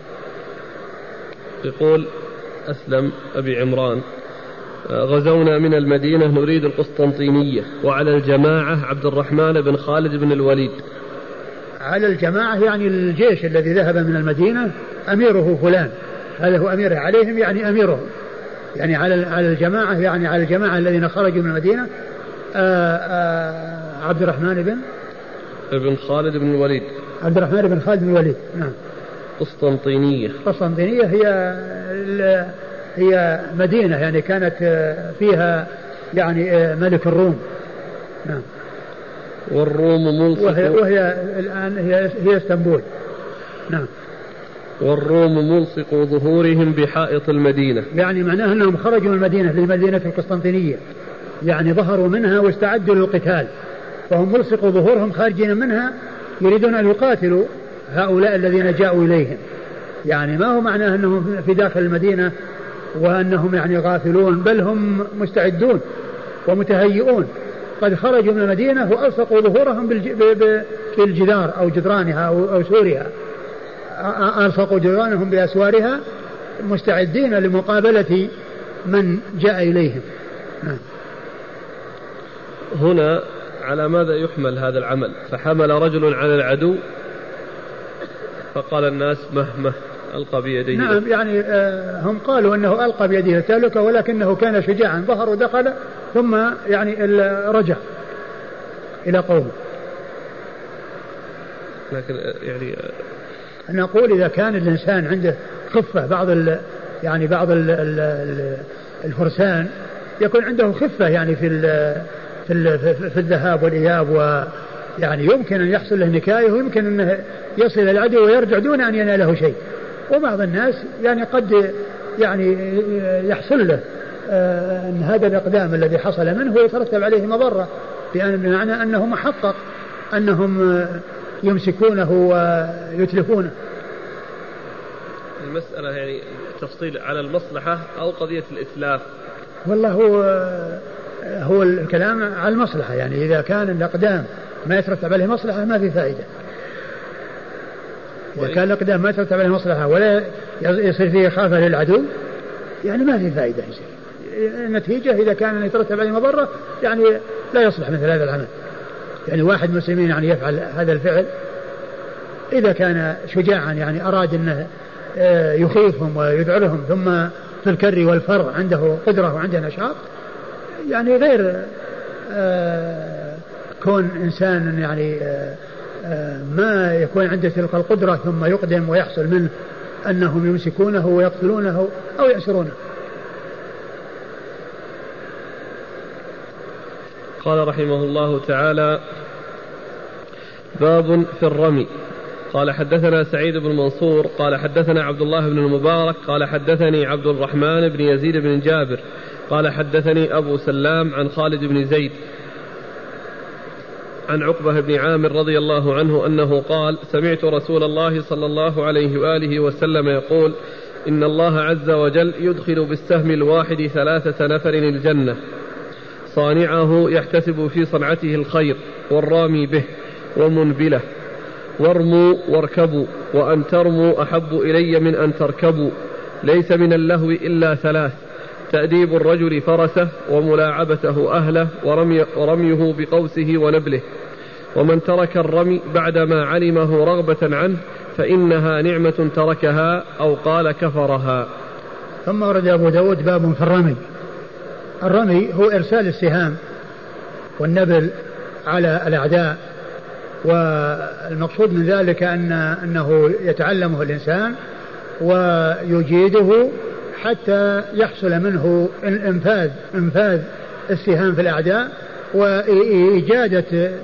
يقول أسلم أبي عمران: غزونا من المدينة نريد القسطنطينية، وعلى الجماعة عبد الرحمن بن خالد بن الوليد. على الجماعة يعني الجيش الذي ذهب من المدينة أميره فلان، هذا هو أميره عليهم يعني أميرهم، يعني على الجماعة يعني على الجماعة الذين خرجوا من المدينة عبد الرحمن بن خالد بن الوليد. عبد الرحمن بن خالد بن الوليد. نعم. قسطنطينية. قسطنطينية هي مدينة يعني كانت فيها يعني ملك الروم. نعم. والروم ملصق وهي الآن هي اسطنبول. نعم. والروم ملصق ظهورهم بحائط المدينة، يعني معناه أنهم خرجوا من المدينة لمدينة القسطنطينية، يعني ظهروا منها واستعدوا للقتال، فهم ملصقوا ظهورهم خارجين منها يريدون أن يقاتلوا هؤلاء الذين جاءوا إليهم. يعني ما هو معناه أنهم في داخل المدينة وأنهم يعني غافلون، بل هم مستعدون ومتهيئون، قد خرجوا من المدينة وألصقوا ظهورهم بالجدار أو جدرانها أو سورها، ألصقوا جدرانهم بأسوارها مستعدين لمقابلة من جاء إليهم. هنا على ماذا يحمل هذا العمل؟ فحمل رجل على العدو فقال الناس مهما ألقى بيديه. نعم، يعني هم قالوا أنه ألقى بيده التهلكة، ولكنه كان شجاعا، ظهر ودخل ثم يعني رجع إلى قومه. لكن يعني نقول إذا كان الإنسان عنده خفة، بعض الفرسان يكون عنده خفة يعني في الذهاب والإياب، ويعني يمكن أن يحصل له نكاية ويمكن أن يصل العدو ويرجع دون أن يناله شيء. وبعض الناس يعني قد يعني يحصل له أن هذا الإقدام الذي حصل منه يترتب عليه مضرة، لأن معنى أنه محقق أنهم يمسكونه ويتلفونه. المسألة يعني تفصيل على المصلحة أو قضية الإتلاف؟ والله هو الكلام على المصلحة، يعني إذا كان الإقدام ما يترتب عليه مصلحة ما في فائدة. إذا كان الإقدام ما ترتب عليه مصلحة ولا يصير فيه خافة للعدو يعني ما في فائدة يصير. النتيجة إذا كان يترتب عليه مضرة يعني لا يصلح مثل هذا العمل. يعني واحد مسلمين يعني يفعل هذا الفعل إذا كان شجاعا يعني أراد أنه يخيفهم ويذعرهم ثم في الكر والفر عنده قدرة وعنده نشاط يعني غير كون إنسان يعني ما يكون عنده تلك القدرة ثم يقدم ويحصل منه أنهم يمسكونه ويقتلونه أو يأسرونه. قال رحمه الله تعالى باب في الرمي. قال حدثنا سعيد بن منصور قال حدثنا عبد الله بن المبارك قال حدثني عبد الرحمن بن يزيد بن جابر قال حدثني أبو سلام عن خالد بن زيد عن عقبة بن عامر رضي الله عنه أنه قال سمعت رسول الله صلى الله عليه وآله وسلم يقول إن الله عز وجل يدخل بالسهم الواحد 3 نفر الجنة صانعه يحتسب في صنعته الخير والرامي به ومنبله وارموا واركبوا وأن ترموا أحب إلي من أن تركبوا ليس من اللهو إلا 3 تأديب الرجل فرسه وملاعبته أهله ورميه بقوسه ونبله ومن ترك الرمي بعدما علمه رغبة عنه فإنها نعمة تركها أو قال كفرها. ثم ورد أبو داود باب في الرمي. الرمي هو إرسال السهام والنبل على الأعداء والمقصود من ذلك أنه يتعلمه الإنسان ويجيده حتى يحصل منه انفاذ السهام في الأعداء وإيجادة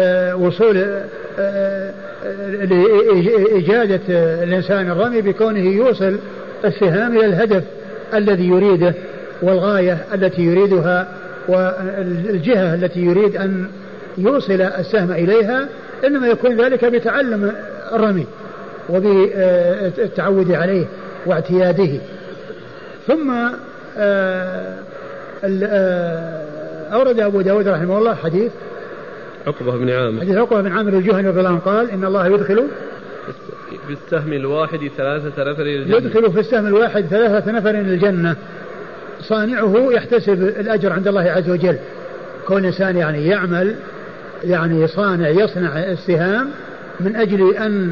إيجادة الإنسان الرمي بكونه يوصل السهام إلى الهدف الذي يريده والغاية التي يريدها والجهة التي يريد أن يوصل السهم إليها إنما يكون ذلك بتعلم الرمي وبالتعود عليه واعتياده. ثم أورد أبو داود رحمه الله حديث عقبة بن عامر الجهني رضي الله عنه قال إن الله يدخل في السهم الواحد 3 نفر الجنة يدخل في السهم الواحد 3 نفر الجنة صانعه يحتسب الأجر عند الله عز وجل. كل إنسان يعني يعمل يعني يصنع السهام من أجل أن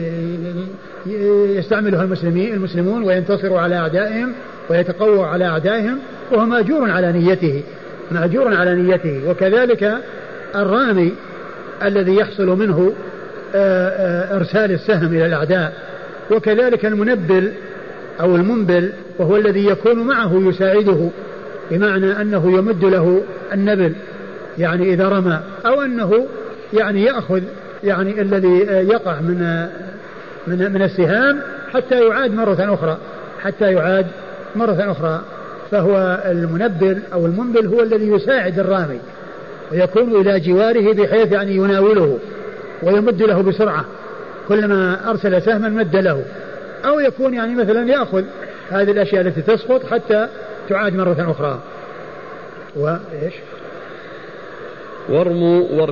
يستعملها المسلمون وينتصروا على أعدائهم ويتقووا على أعدائهم وهو مأجور على نيته. وكذلك الرامي الذي يحصل منه إرسال السهم إلى الأعداء وكذلك المنبل أو المنبل وهو الذي يكون معه يساعده بمعنى أنه يمد له النبل يعني إذا رمى أو أنه يعني يأخذ يعني الذي يقع من السهام حتى يعاد مرة أخرى فهو المنبل أو المنبل هو الذي يساعد الرامي ويكون إلى جواره بحيث يعني يناوله ويمد له بسرعة كلما أرسل سهما مد له أو يكون يعني مثلا يأخذ هذه الأشياء التي تسقط حتى تعاد مرة أخرى. وإيش وارموا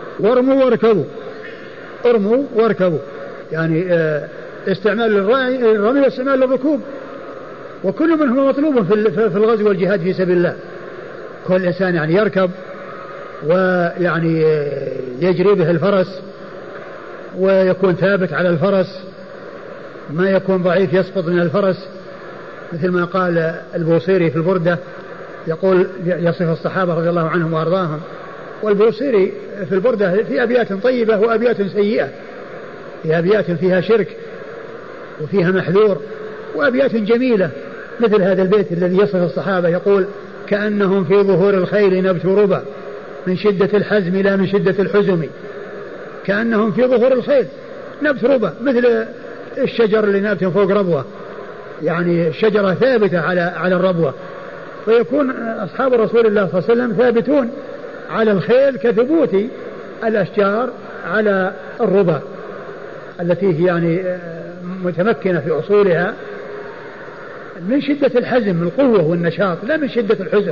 واركبوا يعني استعمال الرمي واستعمال الركوب وكل منهما مطلوب في الغزو والجهاد في سبيل الله. كل إنسان يعني يركب ويعني يجري به الفرس ويكون ثابت على الفرس ما يكون ضعيف يسقط من الفرس مثل ما قال البوصيري في البردة يقول يصف الصحابة رضي الله عنهم وأرضاهم. والبوصيري في البردة في أبيات طيبة وأبيات سيئة في أبيات فيها شرك وفيها محذور وأبيات جميلة مثل هذا البيت الذي يصف الصحابة يقول كأنهم في ظهور الخيل نبت ربا من شدة الحزم لا من شدة الحزم. كأنهم في ظهور الخيل نبت ربا مثل الشجر اللي نابت فوق ربوة يعني الشجرة ثابتة على الربوة فيكون أصحاب رسول الله صلى الله عليه وسلم ثابتون على الخيل كثبوت الأشجار على الربا التي هي يعني متمكنة في أصولها من شدة الحزم القوة والنشاط لا من شدة الحزن.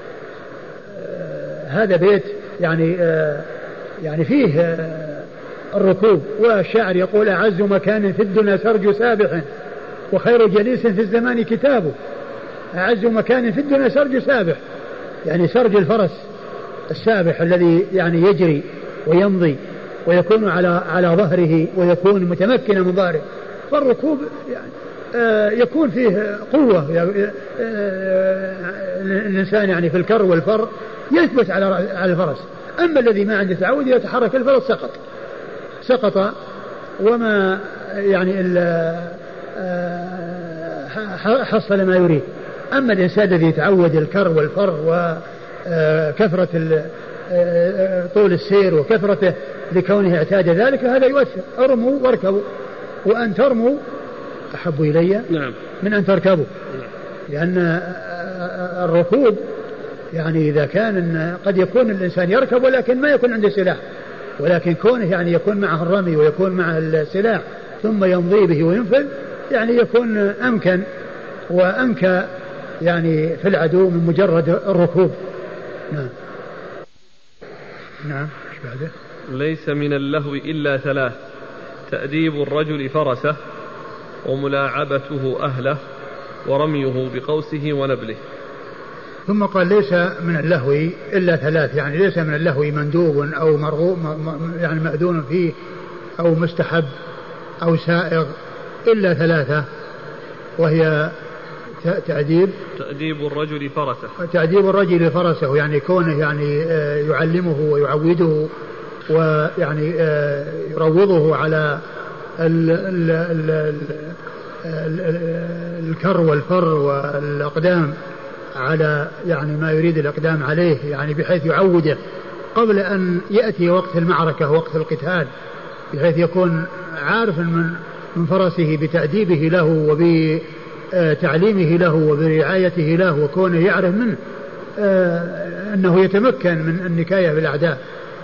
هذا بيت يعني فيه الركوب. والشاعر يقول أعز مكان في الدنيا سرج سابح وخير جليس في الزمان كتابه. أعز مكان في الدنيا سرج سابح، يعني سرج الفرس السابح الذي يعني يجري ويمضي ويكون على ظهره ويكون متمكنا من ظهره. فالركوب يعني يكون فيه قوة، الإنسان يعني في الكر والفر يثبت على الفرس. أما الذي ما عنده تعود يتحرك الفرس سقط وما يعني حصل ما يريد. أما الإنسان الذي يتعود الكر والفر وكثرة طول السير وكثرته لكونه اعتاد ذلك هذا يؤثر. ارموا واركبوا، وأن ترموا أحب إلي من أن تركبوا. لأن الركوب يعني إذا كان قد يكون الإنسان يركب ولكن ما يكون عنده سلاح، ولكن كونه يعني يكون معه الرمي ويكون معه السلاح ثم يمضي به وينفذ يعني يكون أمكن وأنكى يعني في العدو من مجرد الركوب. نعم. ايش بعده؟ ليس من اللهو إلا ثلاث: تأديب الرجل فرسه، وملاعبته أهله، ورميه بقوسه ونبله. ثم قال ليس من اللهو إلا ثلاث، يعني ليس من اللهو مندوب أو مرغوب يعني مأذون فيه أو مستحب أو سائغ إلا ثلاثة، وهي تأديب الرجل فرسه، يعني كونه يعني يعلمه ويعوده ويعني يروضه على الكر والفر والأقدام على يعني ما يريد الأقدام عليه، يعني بحيث يعوده قبل أن يأتي وقت المعركة وقت القتال، بحيث يكون عارف من فرسه بتأديبه له وبتعليمه له وبرعايته له، وكونه يعرف منه أنه يتمكن من النكاية بالأعداء.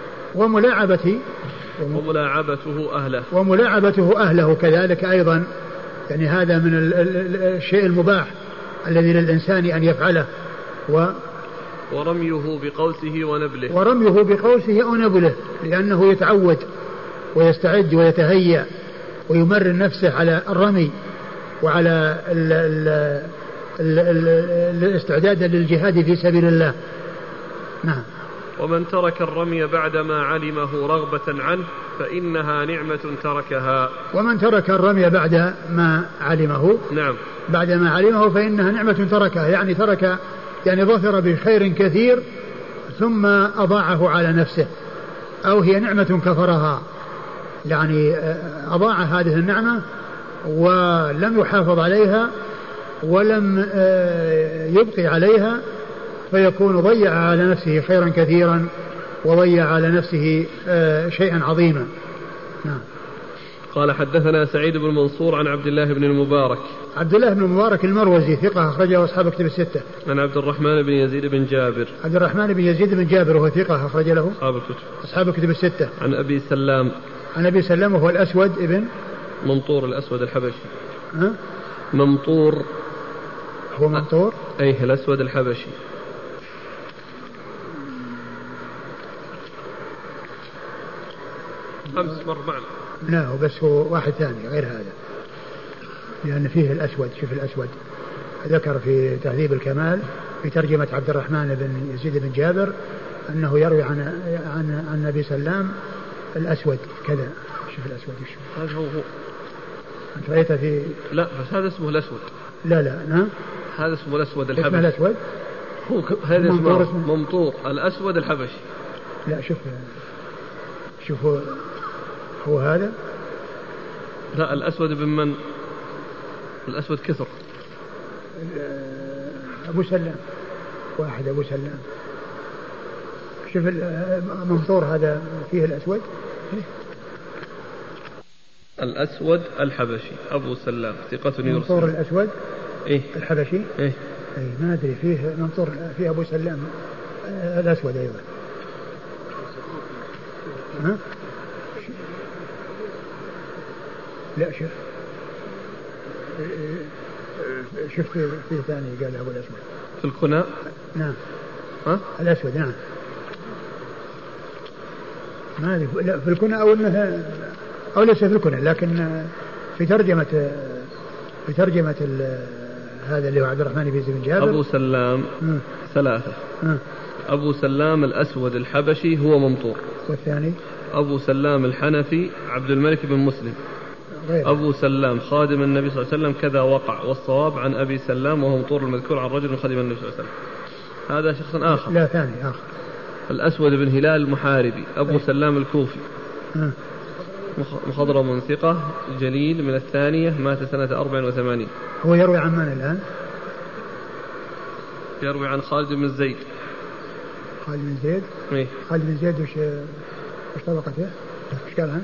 وملاعبته أهله كذلك أيضا، يعني هذا من الشيء المباح الذي للإنسان أن يفعله. ورميه بقوسه ونبله، لأنه يتعود ويستعد ويتهيأ ويمرن نفسه على الرمي وعلى الاستعداد للجهاد في سبيل الله. نعم. ومن ترك الرمي بعدما علمه رغبة عنه فإنها نعمة تركها. ومن ترك الرمي بعد ما علمه بعدما علمه فإنها نعمة تركها، يعني ترك يعني ظفر بخير كثير ثم أضاعه على نفسه، أو هي نعمة كفرها، يعني أضاع هذه النعمة ولم يحافظ عليها ولم يبقي عليها، فيكون ضيع على نفسه خيرا كثيرا وضيع على نفسه شيئا عظيما. نعم. قال حدثنا سعيد بن منصور عن عبد الله بن المبارك. عبد الله بن المبارك المروزي ثقة أخرجه أصحاب كتب الستة. عن عبد الرحمن بن يزيد بن جابر. عبد الرحمن بن يزيد بن جابر وهو ثقة أخرج له أصحاب كتب الستة. عن أبي سلام. عن أبي سلام وهو الأسود ابن ممطور الأسود الحبشي. ممطور هو ممطور أيه الأسود الحبشي. أمس مر معنا. لا بس هو واحد ثاني غير هذا، لأن فيه الأسود. شوف الأسود ذكر في تهذيب الكمال في ترجمة عبد الرحمن بن يزيد بن جابر أنه يروي عن أبي سلام الأسود كذا. شوف الأسود هذا هو أنت رأيته في لا بس هذا اسمه الأسود. لا نعم هذا اسمه الأسود الحبشي. اسمه الأسود هو هذا اسمه ممطور الأسود الحبشي. لا شوف هو هذا. لا الأسود بن من؟ الأسود كثر. أبو سلام واحد أبو سلام. شوف ممطور هذا فيه الأسود. الأسود الحبشي أبو سلام ثقة يرسل. ممطور الأسود إيه؟ الحبشي إيه؟ أي ما أدري فيه ممطور فيه أبو سلام الأسود أيضا. ها؟ لا شوف فيه ثاني قال أبو الأسود في الكناء. نعم. ها؟ الأسود نعم. ما في الكنى أو أنه أو ليس في الكنى، لكن في ترجمة هذا اللي هو عبد الرحمن بن زيد بن جابر. أبو سلام ثلاثة. أبو سلام الأسود الحبشي هو ممطور. والثاني أبو سلام الحنفي عبد الملك بن مسلم. غير. أبو سلام خادم النبي صلى الله عليه وسلم كذا وقع، والصواب عن أبي سلام وهو ممطور المذكور عن رجل خادم النبي صلى الله عليه وسلم. هذا شخص آخر. لا ثاني آخر. الأسود بن هلال المحاربي أبو سلام الكوفي مخضرم ثقة جليل من الثانية، مات سنة 84. هو يروي عن من الآن؟ يروي عن خالد بن زيد. خالد بن زيد؟ إيه؟ خالد بن زيد وش طبقته؟ وش قالها؟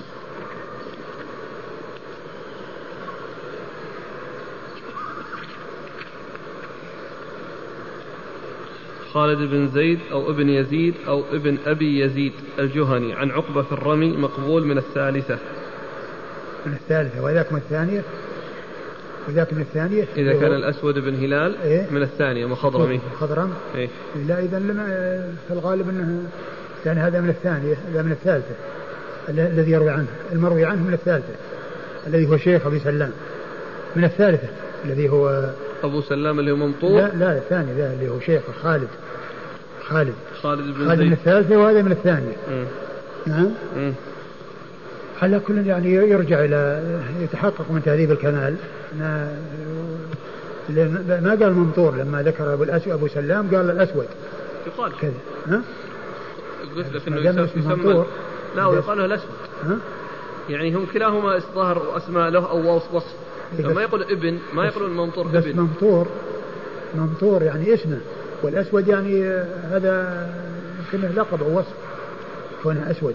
خالد بن زيد أو ابن يزيد أو ابن أبي يزيد الجهني عن عقبة في الرمي، مقبول من الثالثة. من الثالثة. وذاك من الثانية؟ وذاك من الثانية إذا كان الأسود بن هلال إيه؟ من الثانية مخضرمي. خضرم إيه؟ لا إذا لما في الغالب أنه يعني هذا من الثانية، هذا من الثالثة الذي يروي عنه، المروي عنه من الثالثة الذي هو شيخ أبي سلام، من الثالثة الذي هو أبو سلام اللي هو ممطور. لا الثاني ذا اللي هو شيخ خالد بن زيد من الثالثة وهذا من الثانية. نعم. على كل يعني يرجع إلى يتحقق من تهذيب الكمال. ما قال ممطور لما ذكر أبو سلام قال الأسود يقال كذا. ها؟ قلت لك إنه يسمى لا ويقال له الأسود. يعني هم كلاهما ظهر أسماء له أو وصف. لما يقول ابن ما يقولون ممطور بس ابن. ممطور يعني اسمه، والأسود يعني هذا يمكنه لقب أو وصف كونه أسود.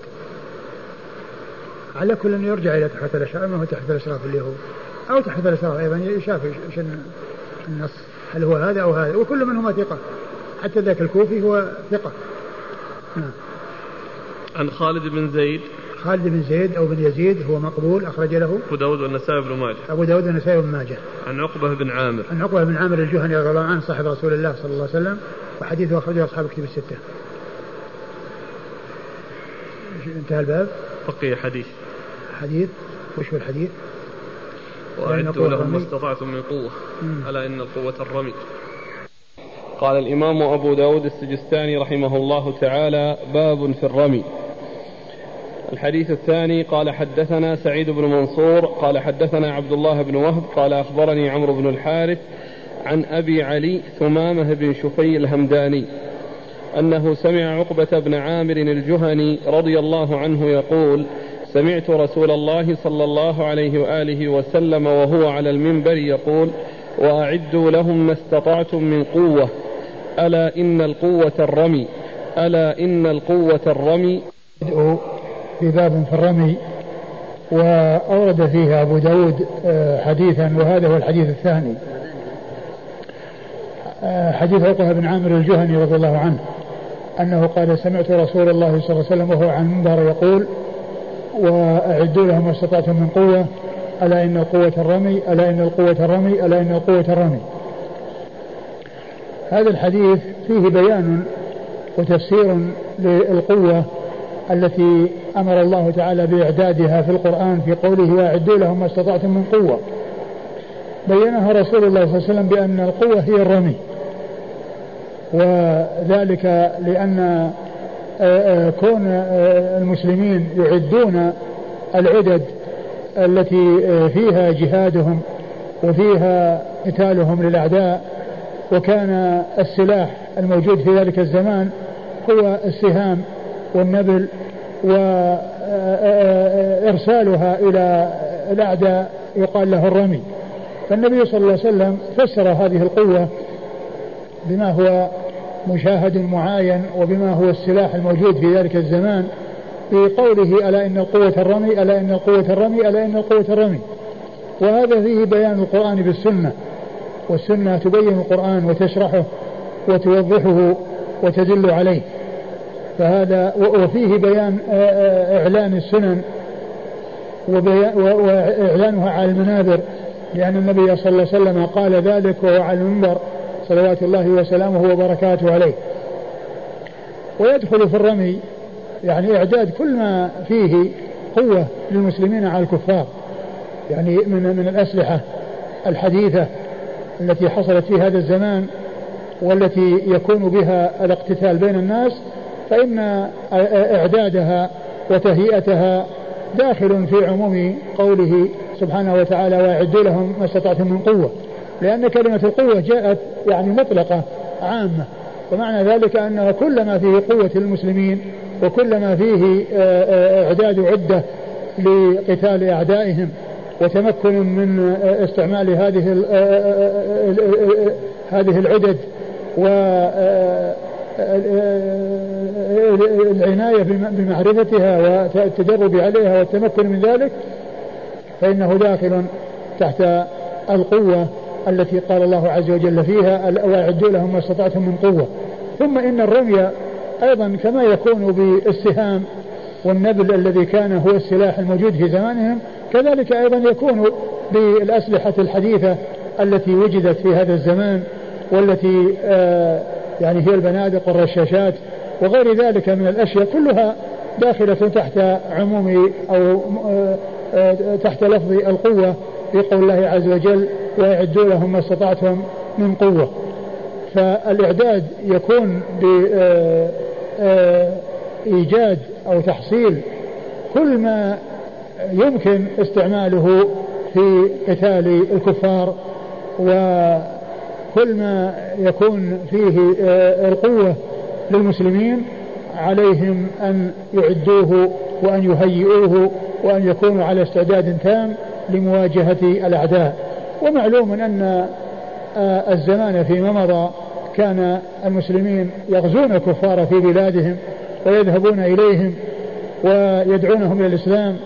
على كل يرجع إلى تحت الأشراف، ما هو تحت الأشراف اللي هو أو تحت الأشراف أيضا يشاف النص هل هو هذا أو هذا، وكل منهما ثقة، حتى ذاك الكوفي هو ثقة. عن خالد بن زيد أو بن يزيد هو مقبول، أخرج له أبو داود والنسائي بن ماجه. أبو داود والنسائي بن ماجه. عن عقبة بن عامر الجهني رضي الله عنه صاحب رسول الله صلى الله عليه وسلم، وحديثه أخرجه أصحاب الكتب الستة. انتهى الباب. بقي حديث وش هو الحديث؟ وأعدوا لهم ما استطعتم من قوة ألا إن القوة الرمي. قال الإمام أبو داود السجستاني رحمه الله تعالى: باب في الرمي. الحديث الثاني: قال حدثنا سعيد بن منصور قال حدثنا عبد الله بن وهب قال أخبرني عمرو بن الحارث عن أبي علي ثمامة بن شفي الهمداني أنه سمع عقبة بن عامر الجهني رضي الله عنه يقول: سمعت رسول الله صلى الله عليه وآله وسلم وهو على المنبر يقول: وأعدوا لهم ما استطعتم من قوة ألا إن القوة الرمي ألا إن القوة الرمي. في باب في الرمي، وأورد فيها أبو داود حديثا، وهذا هو الحديث الثاني، حديث عقبة بن عامر الجهني رضي الله عنه أنه قال: سمعت رسول الله صلى الله عليه وسلم وهو على المنبر يقول: وأعدوا لهم ما استطعتم من قوة ألا إن القوة الرمي ألا إن القوة الرمي ألا إن القوة الرمي. هذا الحديث فيه بيان وتفسير للقوة التي أمر الله تعالى بإعدادها في القرآن في قوله: وأعدوا لهم ما استطعتم من قوة. بينها رسول الله صلى الله عليه وسلم بأن القوة هي الرمي، وذلك لأن كون المسلمين يعدون العدد التي فيها جهادهم وفيها قتالهم للأعداء، وكان السلاح الموجود في ذلك الزمان هو السهام والنبل وإرسالها إلى الأعداء يقال له الرمي. فالنبي صلى الله عليه وسلم فسر هذه القوة بما هو مشاهد معاين وبما هو السلاح الموجود في ذلك الزمان بقوله: ألا إن القوة الرمي ألا إن القوة الرمي ألا إن القوة الرمي. وهذا فيه بيان القرآن بالسنة، والسنة تبين القرآن وتشرحه وتوضحه وتدل عليه. فهذا وفيه بيان إعلان السنن وإعلانها على المنابر، لأن النبي صلى الله عليه وسلم قال ذلك وهو على المنبر صلوات الله وسلامه وبركاته عليه. ويدخل في الرمي يعني إعداد كل ما فيه قوة للمسلمين على الكفار، يعني من الأسلحة الحديثة التي حصلت في هذا الزمان والتي يكون بها الاقتتال بين الناس، فإن إعدادها وتهيئتها داخل في عموم قوله سبحانه وتعالى وأعدوا لهم ما استطعتم من قوة، لأن كلمة القوة جاءت يعني مطلقة عامة، ومعنى ذلك أن كل ما فيه قوة للمسلمين وكل ما فيه إعداد عدة لقتال أعدائهم وتمكن من استعمال هذه العدد والعناية بمعرفتها والتدرب عليها والتمكن من ذلك، فإنه داخل تحت القوة التي قال الله عز وجل فيها وأعدوا لهم ما استطعتم من قوة. ثم إن الرمي أيضا كما يكون بالسهام والنبل الذي كان هو السلاح الموجود في زمانهم، كذلك أيضا يكون بالأسلحة الحديثة التي وجدت في هذا الزمان، والتي يعني هي البنادق والرشاشات وغير ذلك من الأشياء، كلها داخلة تحت عموم أو تحت لفظ القوة في قول الله عز وجل وأعدوا لهم ما استطعتم من قوة. فالإعداد يكون بإيجاد أو تحصيل كل ما يمكن استعماله في قتال الكفار، وكل ما يكون فيه القوة للمسلمين عليهم أن يعدوه وأن يهيئوه وأن يكونوا على استعداد تام لمواجهة الأعداء. ومعلوم أن الزمان فيما مضى كان المسلمين يغزون الكفار في بلادهم ويذهبون إليهم ويدعونهم إلى الإسلام،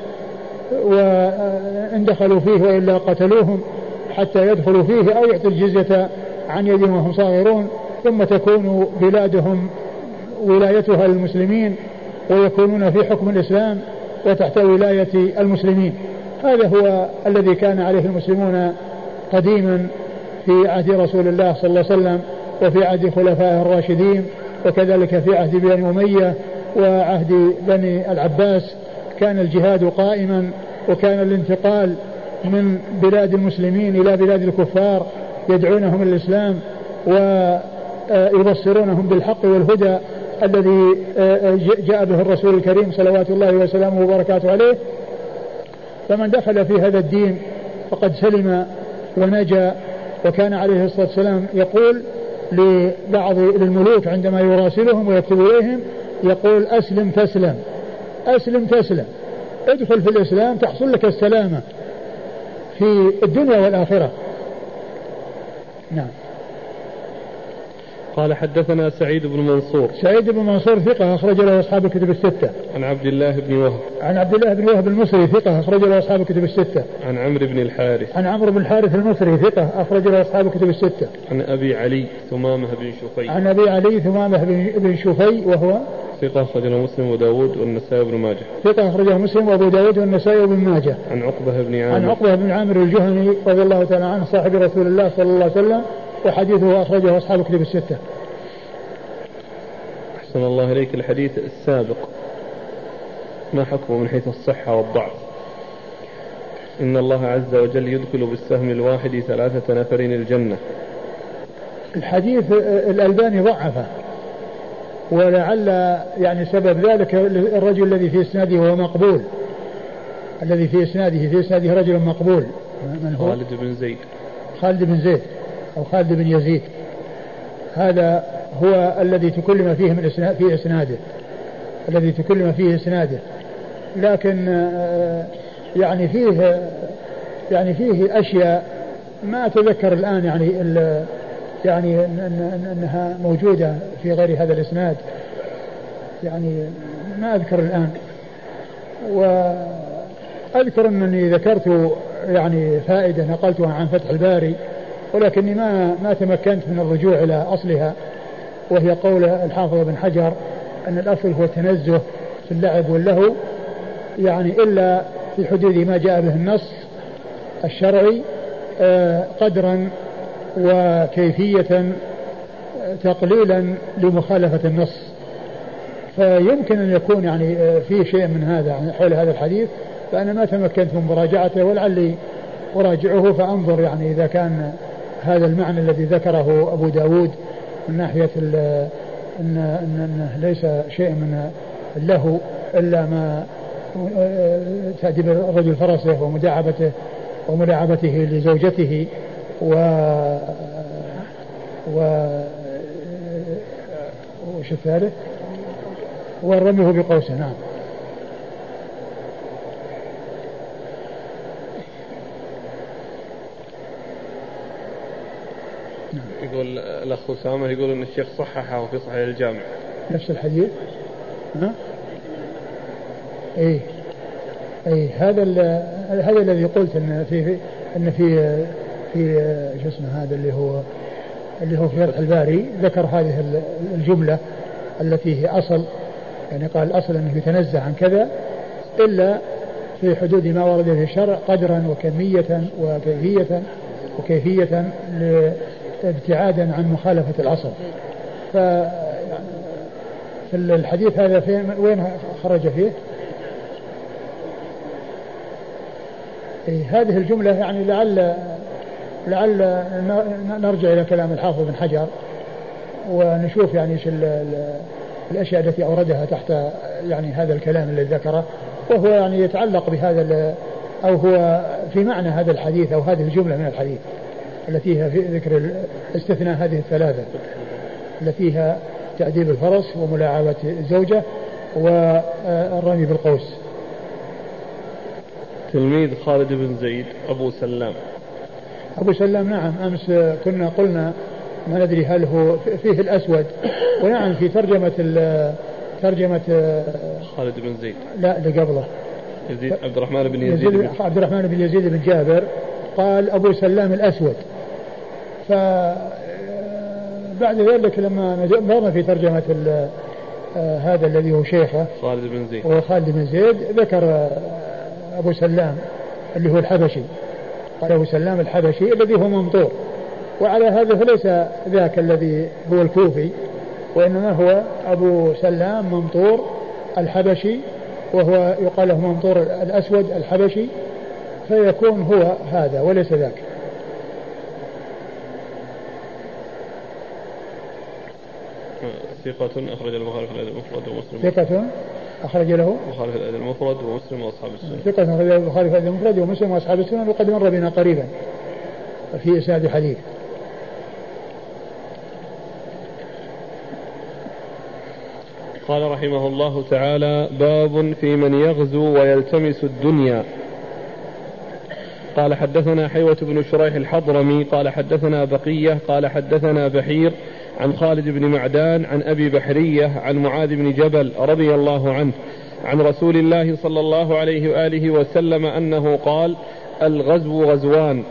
وإن دخلوا فيه وإلا قتلوهم حتى يدخلوا فيه أو يعطوا الجزية عن يدهم وهم صاغرون، ثم تكون بلادهم ولايتها للمسلمين ويكونون في حكم الإسلام وتحت ولاية المسلمين. هذا هو الذي كان عليه المسلمون قديما في عهد رسول الله صلى الله عليه وسلم وفي عهد خلفائه الراشدين، وكذلك في عهد بني أمية وعهد بني العباس كان الجهاد قائما، وكان الانتقال من بلاد المسلمين إلى بلاد الكفار يدعونهم إلى الإسلام ويبصرونهم بالحق والهدى الذي جاء به الرسول الكريم صلوات الله وسلامه وبركاته عليه. فمن دخل في هذا الدين فقد سلم ونجا. وكان عليه الصلاة والسلام يقول لبعض الملوك عندما يراسلهم ويكتب إليهم يقول أسلم تسلم، أسلم تسلم، ادخل في الإسلام تحصل لك السلامة في الدنيا والآخرة. نعم. قال حدثنا سعيد بن منصور. سعيد بن منصور ثقة أخرج له أصحاب الكتب الستة. عن عبد الله بن وهب. عن عبد الله بن وهب المصري ثقة أخرج له أصحاب الكتب الستة. عن عمرو بن الحارث. عن عمرو بن الحارث المصري ثقة أخرج له أصحاب الكتب الستة. عن أبي علي ثمامة بن شفي. عن أبي علي ثمامة بن شفي وهو ثقة أخرجه مسلم وداود والنسائي وابن ماجه. ثقة أخرجه مسلم وأبو داود والنسائي وابن ماجه. عن عقبة بن عامر. عن عقبة بن عامر الجهني رضي الله تعالى عنه صاحب رسول الله صلى الله عليه وسلم، وحديثه أخرجه أصحاب الكتب الستة. أحسن الله إليك. الحديث السابق ما حكمه من حيث الصحة والضعف؟ إن الله عز وجل يدخل بالسهم الواحد 3 نفر الجنة. الحديث الألباني ضعفه، ولعل يعني سبب ذلك الرجل الذي في إسناده هو مقبول، الذي في إسناده رجل مقبول. من هو؟ خالد بن زيد. خالد بن زيد أو خالد بن يزيد، هذا هو الذي تكلم فيه في إسناده، الذي تكلم فيه إسناده، لكن يعني فيه أشياء ما أتذكر الآن يعني أنها موجودة في غير هذا الإسناد، يعني ما أذكر الآن. وأذكر أنني ذكرت يعني فائدة نقلتها عن فتح الباري، ولكني ما تمكنت من الرجوع إلى أصلها، وهي قول الحافظ بن حجر أن الأصل هو التنزه في اللعب واللهو، يعني إلا في حدود ما جاء به النص الشرعي قدرا وكيفية تقليلا لمخالفة النص. فيمكن أن يكون يعني في شيء من هذا حول هذا الحديث، فأنا ما تمكنت من مراجعته، ولعلي أراجعه فأنظر يعني إذا كان هذا المعنى الذي ذكره أبو داود من ناحية إن ليس شيء من اللهو إلا ما تأديب الرجل فرسه وملاعبته لزوجته وش الثالث ورميه بقوسه. نعم. يقول الأخ أسامة يقول أن الشيخ صححه في صحيح الجامع نفس الحديث. ها؟ أي هذا الذي قلت أن في شو اسمه هذا اللي هو في فتح الباري ذكر هذه الجملة التي هي أصل، يعني قال الأصل أنه يتنزه عن كذا إلا في حدود ما ورد في الشرع قدرا وكمية وكيفية ابتعادا عن مخالفة الأصل. في الحديث هذا وين خرج فيه؟ هذه الجملة يعني لعل نرجع إلى كلام الحافظ بن حجر ونشوف يعني ايش الأشياء التي أوردها تحت يعني هذا الكلام الذي ذكره، وهو يعني يتعلق بهذا أو هو في معنى هذا الحديث أو هذه الجملة من الحديث التي هي في ذكر استثناء هذه الثلاثة التي هي تأديب الفرس وملاعبة الزوجة والرمي بالقوس. تلميذ خالد بن زيد أبو سلام. نعم، أمس كنا قلنا ما ندري هل هو فيه الأسود، ونعم في ترجمة خالد بن زيد، لا اللي قبله عبد الرحمن بن يزيد بن جابر قال أبو سلام الأسود. فبعد ذلك لما نظرنا في ترجمة هذا الذي هو شيخه خالد بن زيد ذكر أبو سلام اللي هو الحبشي، قال أبو سلام الحبشي الذي هو ممطور، وعلى هذا فليس ذاك الذي هو الكوفي، وإنما هو أبو سلام ممطور الحبشي، وهو يقال له ممطور الأسود الحبشي، فيكون هو هذا وليس ذاك. ثقة أخرج البخاري في الأدب المفرد ومسلم. ثقة أخرج له البخاري في الأدب المفرد ومسلم وأصحاب السنن. ثقة أخرج له البخاري في الأدب المفرد ومسلم وأصحاب السنن، وقد مر بنا قريبا في إسناد الحديث. قال رحمه الله تعالى: باب في من يغزو ويلتمس الدنيا. قال حدثنا حيوة بن شريح الحضرمي قال حدثنا بقية قال حدثنا بحير عن خالد بن معدان عن أبي بحرية عن معاذ بن جبل رضي الله عنه عن رسول الله صلى الله عليه وآله وسلم أنه قال: الغزو غزوان،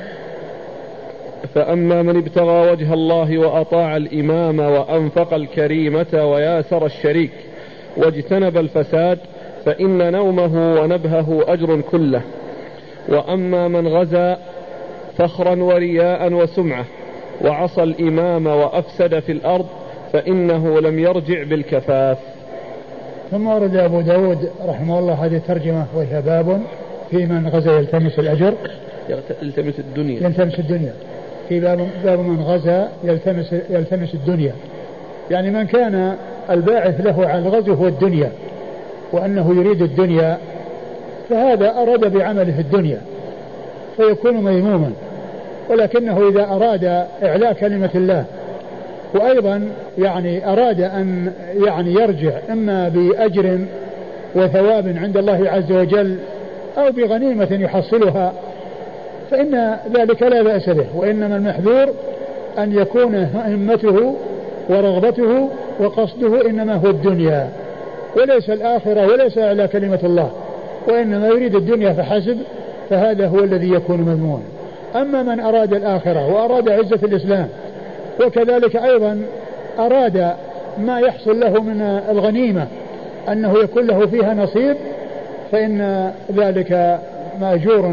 فأما من ابتغى وجه الله وأطاع الإمام وأنفق الكريمة وياسر الشريك واجتنب الفساد فإن نومه ونبهه أجر كله. وأما من غزا فخرا ورياء وسمعة وعصى الإمام وأفسد في الأرض فإنه لم يرجع بالكفاف. ثم ورد أبو داود رحمه الله هذه الترجمة وهي باب في من غزا يلتمس الأجر يلتمس الدنيا. في باب من غزا يلتمس الدنيا، يعني من كان الباعث له على الغزو هو الدنيا وأنه يريد الدنيا، فهذا أراد بعمله الدنيا فيكون مذموما، ولكنه إذا أراد إعلاء كلمة الله وأيضا يعني أراد أن يعني يرجع إما بأجر وثواب عند الله عز وجل أو بغنيمة يحصلها، فإن ذلك لا بأس به، وإنما المحذور أن يكون همته ورغبته وقصده إنما هو الدنيا وليس الآخرة وليس إعلاء كلمة الله، وإنما يريد الدنيا فحسب، فهذا هو الذي يكون مذموما. أما من أراد الآخرة وأراد عزة الإسلام وكذلك أيضا أراد ما يحصل له من الغنيمة أنه يكون له فيها نصيب، فإن ذلك مأجور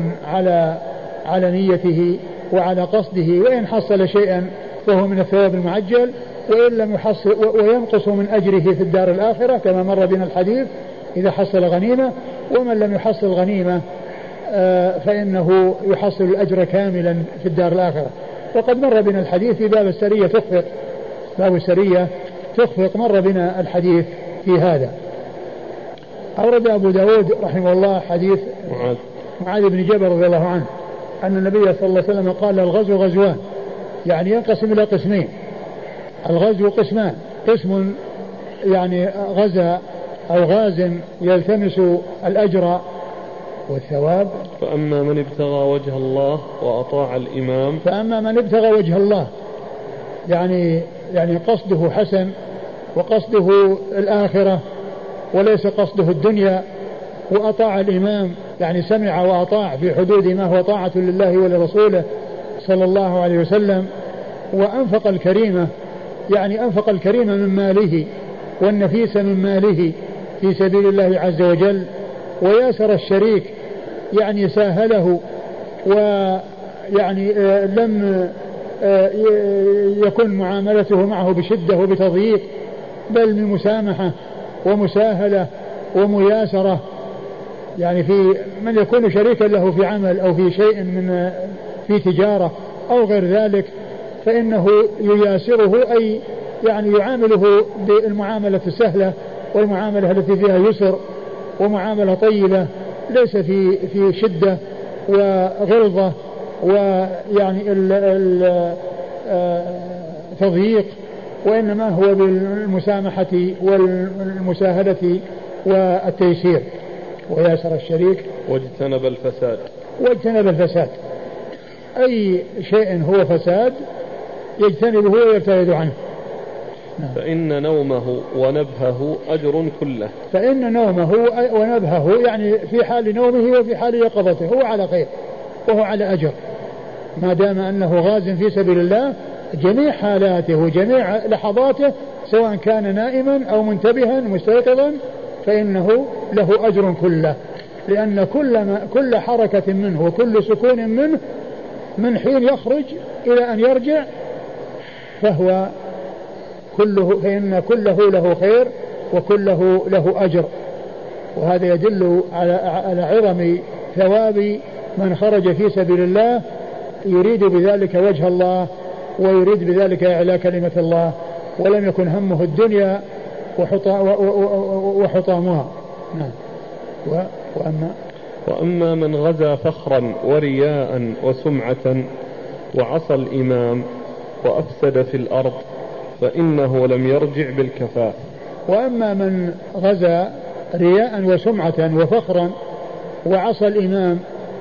على نيته وعلى قصده، وإن حصل شيئا فهو من الثواب المعجل، وإن لم يحصل وينقص من أجره في الدار الآخرة كما مر بنا الحديث إذا حصل غنيمة. ومن لم يحصل غنيمة فإنه يحصل الأجر كاملا في الدار الآخرة. وقد مر بنا الحديث في باب السرية تخفق، باب السرية تخفق مر بنا الحديث في هذا. أورد أبو داود رحمه الله حديث معاذ بن جبل رضي الله عنه أن النبي صلى الله عليه وسلم قال الغزو غزوان، يعني ينقسم إلى قسمين. الغزو قسمان، قسم يعني غزا أو غاز يلتمس الأجر والثواب. فأما من ابتغى وجه الله وأطاع الإمام، فأما من ابتغى وجه الله يعني قصده حسن وقصده الآخرة وليس قصده الدنيا، وأطاع الإمام يعني سمع وأطاع في حدود ما هو طاعة لله ولرسوله صلى الله عليه وسلم، وأنفق الكريمة يعني أنفق الكريمة من ماله والنفيس من ماله في سبيل الله عز وجل، وياسر الشريك يعني ساهله ويعني لم يكن معاملته معه بشدة وبتضييق، بل بمسامحة ومساهلة ومياسرة. يعني في من يكون شريكا له في عمل أو في شيء من في تجارة أو غير ذلك فإنه يياسره، أي يعني يعامله بالمعاملة السهلة والمعاملة التي فيها يسر ومعاملة طيبة ليس في شدة وغلظة ويعني تضييق، وإنما هو بالمسامحة والمساهلة والتيسير. وياسر الشريك واجتنب الفساد، أي شيء هو فساد يجتنبه ويبتعد عنه. فإن نومه ونبهه أجر كله. فإن نومه ونبهه يعني في حال نومه وفي حال يقظته هو على خير وهو على أجر، ما دام أنه غاز في سبيل الله جميع حالاته وجميع لحظاته سواء كان نائما أو منتبها مستيقظا فإنه له أجر كله، لأن كل حركة منه وكل سكون منه من حين يخرج إلى أن يرجع فهو فإن كله له خير وكله له أجر. وهذا يدل على عظم ثواب من خرج في سبيل الله يريد بذلك وجه الله ويريد بذلك إعلاء كلمة الله، ولم يكن همه الدنيا وحطامها. وأما من غزا فخرا ورياء وسمعة وعصى الإمام وأفسد في الأرض فإنه لم يرجع بالكفاف. وأما من غزا رياء وسمعة وفخرا وعصى الإمام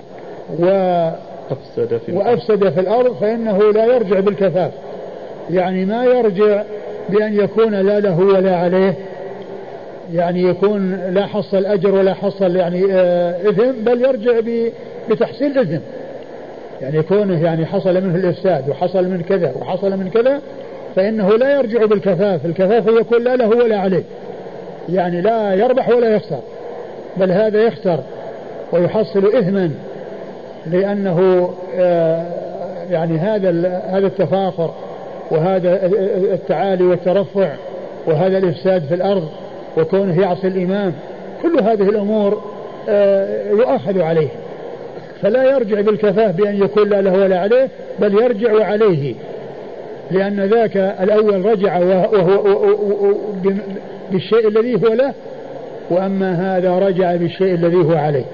وأفسد في الأرض فإنه لا يرجع بالكفاف، يعني ما يرجع بأن يكون لا له ولا عليه، يعني يكون لا حصل أجر ولا حصل يعني إثم، بل يرجع بتحصيل إثم، يعني يكونه يعني حصل منه الإفساد وحصل من كذا وحصل من كذا، فإنه لا يرجع بالكفاف. الكفاف يكون لا له ولا عليه، يعني لا يربح ولا يخسر، بل هذا يخسر ويحصل إثما، لأنه يعني هذا التفاخر وهذا التعالي والترفع وهذا الإفساد في الأرض وكونه يعصي الإمام، كل هذه الأمور يؤخذ عليه، فلا يرجع بالكفاف بأن يكون لا له ولا عليه، بل يرجع وعليه، لأن ذاك الأول رجع وهو بالشيء الذي هو له، وأما هذا رجع بالشيء الذي هو عليه.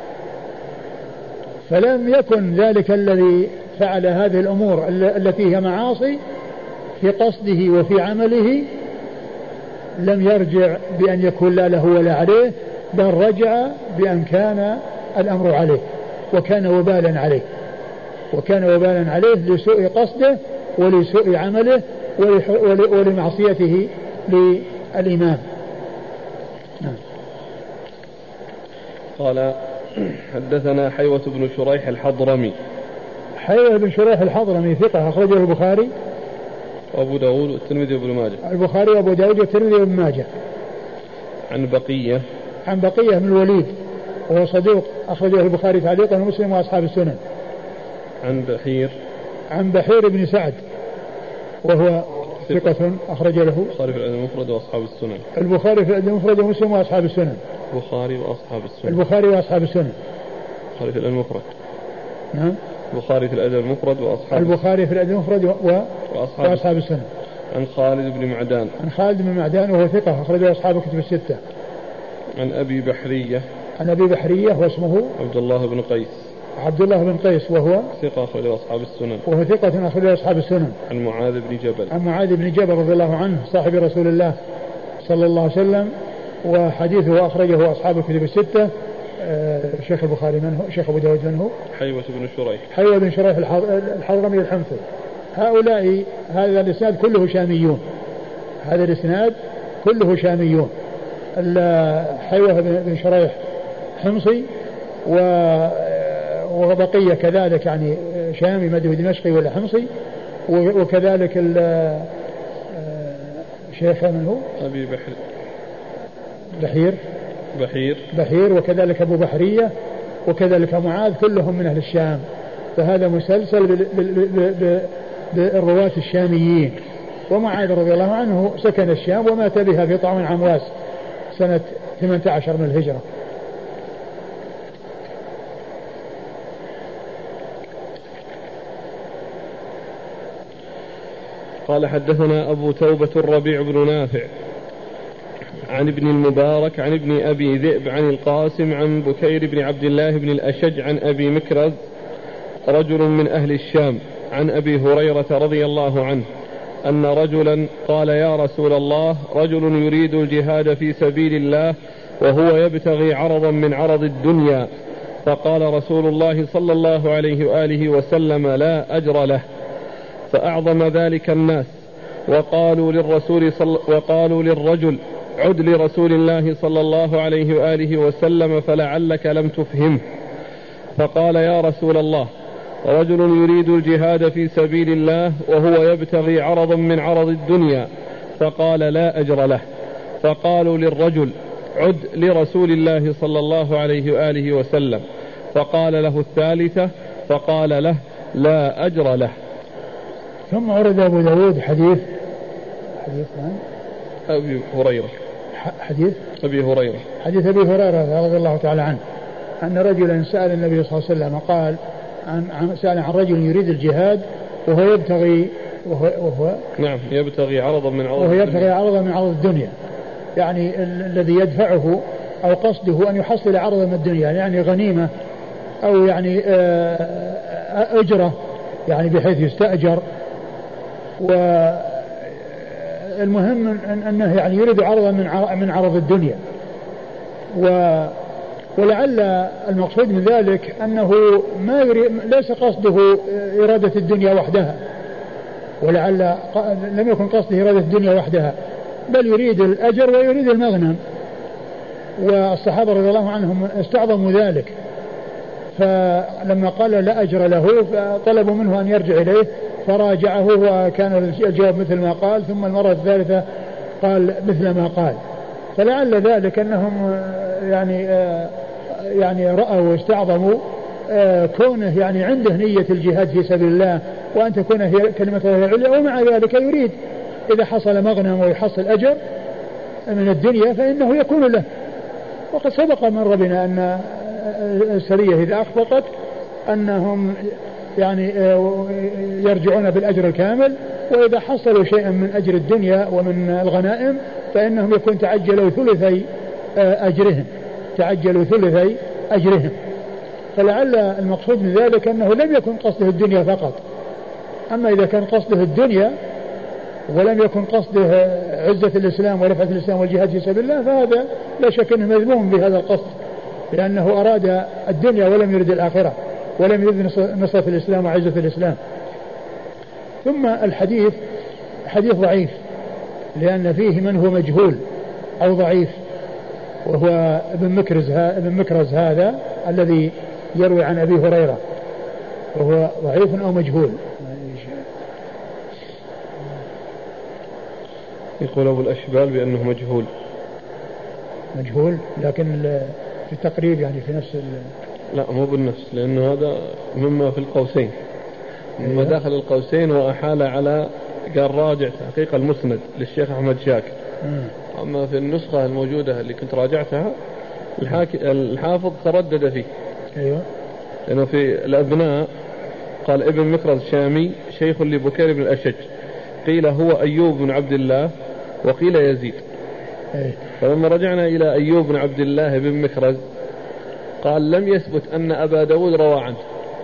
فلم يكن ذلك الذي فعل هذه الأمور التي هي معاصي في قصده وفي عمله لم يرجع بأن يكون لا له ولا عليه، بل رجع بأن كان الأمر عليه وكان وبالا عليه لسوء قصده ولسوء عمله ولمعصيته للإمام. قال حدثنا حيوة بن شريح الحضرمي. حيوة بن شريح الحضرمي ثقة أخرجه البخاري وأبو داود والترمذي وابن ماجه. البخاري وأبو داود والترمذي وابن ماجه. عن بقية بن الوليد وهو صدوق أخرجه البخاري تعليقا ومسلم وأصحاب السنن. عن بحير بن سعد وهو ثقة أخرج له البخاري في الأدب المفرد وأصحاب السنن. البخاري في الأدب المفرد ومسلم وأصحاب السنن. البخاري وأصحاب السنن. البخاري وأصحاب السنن. البخاري في الأدب المفرد. نعم. البخاري في الأدب المفرد وأصحاب البخاري في الأدب المفرد وأصحاب السنن. عن خالد بن معدان. عن خالد بن معدان وهو ثقة أخرجه أصحاب الكتب الستة. عن أبي بحرية. عن أبي بحرية واسمه عبد الله بن قيس. عبد الله بن قيس وهو ثقة أخرجه أصحاب السنن. وهو ثقة أخرجه أصحاب السنن. عن معاذ بن جبل. عن معاذ بن جبل رضي الله عنه صاحب رسول الله صلى الله عليه وسلم، وحديثه أخرجه أصحاب الكتب الستة. شيخ البخاري من هو؟ شيخ أبو داود من هو؟ حيوة بن شريح. حيوة بن شريح الحضرمي الحمصي. هؤلاء هذا الإسناد كله شاميون. هذا الإسناد كله شاميون. حيوة بن شريح حمصي وبقية كذلك يعني شامي مدوي دمشقي ولا حمصي، وكذلك شيخ من هو؟ أبي بحير وكذلك أبو بحرية وكذلك معاذ، كلهم من أهل الشام. فهذا مسلسل بالرواة الشاميين. ومعاذ رضي الله عنه سكن الشام ومات بها في طاعون عمواس سنة 18 من الهجرة. قال حدثنا أبو توبة الربيع بن نافع عن ابن المبارك عن ابن أبي ذئب عن القاسم عن بكير بن عبد الله بن الأشج عن أبي مكرز رجل من أهل الشام عن أبي هريرة رضي الله عنه أن رجلا قال يا رسول الله رجل يريد الجهاد في سبيل الله وهو يبتغي عرضا من عرض الدنيا، فقال رسول الله صلى الله عليه وآله وسلم لا أجر له. فأعظم ذلك الناس وقالوا للرجل عد لرسول الله صلى الله عليه وآله وسلم فلعلك لم تفهمه. فقال يا رسول الله رجل يريد الجهاد في سبيل الله وهو يبتغي عرضا من عرض الدنيا، فقال لا أجر له. فقالوا للرجل عد لرسول الله صلى الله عليه وآله وسلم، فقال له الثالثة، فقال له لا أجر له. ثم ورد أبو داود حديث أبي هريرة. حديث أبي هريرة رضي الله تعالى عنه أن رجلا سأل النبي صلى الله عليه وسلم قال سأل عن رجل يريد الجهاد وهو يبتغي يبتغي عرضا من عرض الدنيا، يعني الذي يدفعه أو قصده أن يحصل عرضا من الدنيا، يعني غنيمة أو يعني أجرة، يعني بحيث يستأجر. والمهم أنه يعني يريد عرضا من عرض الدنيا. ولعل المقصود من ذلك أنه ليس قصده إرادة الدنيا وحدها، ولعل لم يكن قصده إرادة الدنيا وحدها، بل يريد الأجر ويريد المغنم. والصحابة رضي الله عنهم استعظموا ذلك، فلما قال لا أجر له فطلبوا منه أن يرجع إليه، فراجعه وكان الجواب مثل ما قال، ثم المرة الثالثة قال مثل ما قال. فلعل ذلك أنهم يعني رأوا واستعظموا كونه يعني عنده نية الجهاد في سبيل الله وأن تكون هي كلمة الله العليا، ومع ذلك يريد إذا حصل مغنم ويحصل أجر من الدنيا فإنه يكون له. وقد سبق مر بنا أن السرية إذا أخفقت أنهم يعني يرجعون بالأجر الكامل، وإذا حصلوا شيئا من أجر الدنيا ومن الغنائم فإنهم يكون تعجلوا ثلثي أجرهم. فلعل المقصود من ذلك أنه لم يكن قصده الدنيا فقط. أما إذا كان قصده الدنيا ولم يكن قصده عزة الإسلام ورفعة الإسلام والجهاد في سبيل الله فهذا لا شك أنه مذموم بهذا القصد، لأنه أراد الدنيا ولم يرد الآخرة، ولم يرد نصرة الإسلام وعزة الإسلام. ثم الحديث حديث ضعيف، لأن فيه من هو مجهول أو ضعيف، وهو ابن مكرز هذا الذي يروي عن أبي هريرة، وهو ضعيف أو مجهول. يقول أبو الأشبال بأنه مجهول، لكن في التقريب يعني في نفس لا مو بالنفس، لأنه هذا مما في القوسين، مما داخل القوسين وأحال على قال راجع تحقيق المسند للشيخ أحمد شاكر. أما في النسخة الموجودة اللي كنت راجعتها الحافظ تردد فيه. أيوة. لأنه في الأبناء قال ابن مكرز شامي شيخ لبكير بن الأشج، قيل هو أيوب بن عبد الله وقيل يزيد. فلما رجعنا إلى أيوب بن عبد الله بن مكرز قال لم يثبت أن أبا داود روى عنه.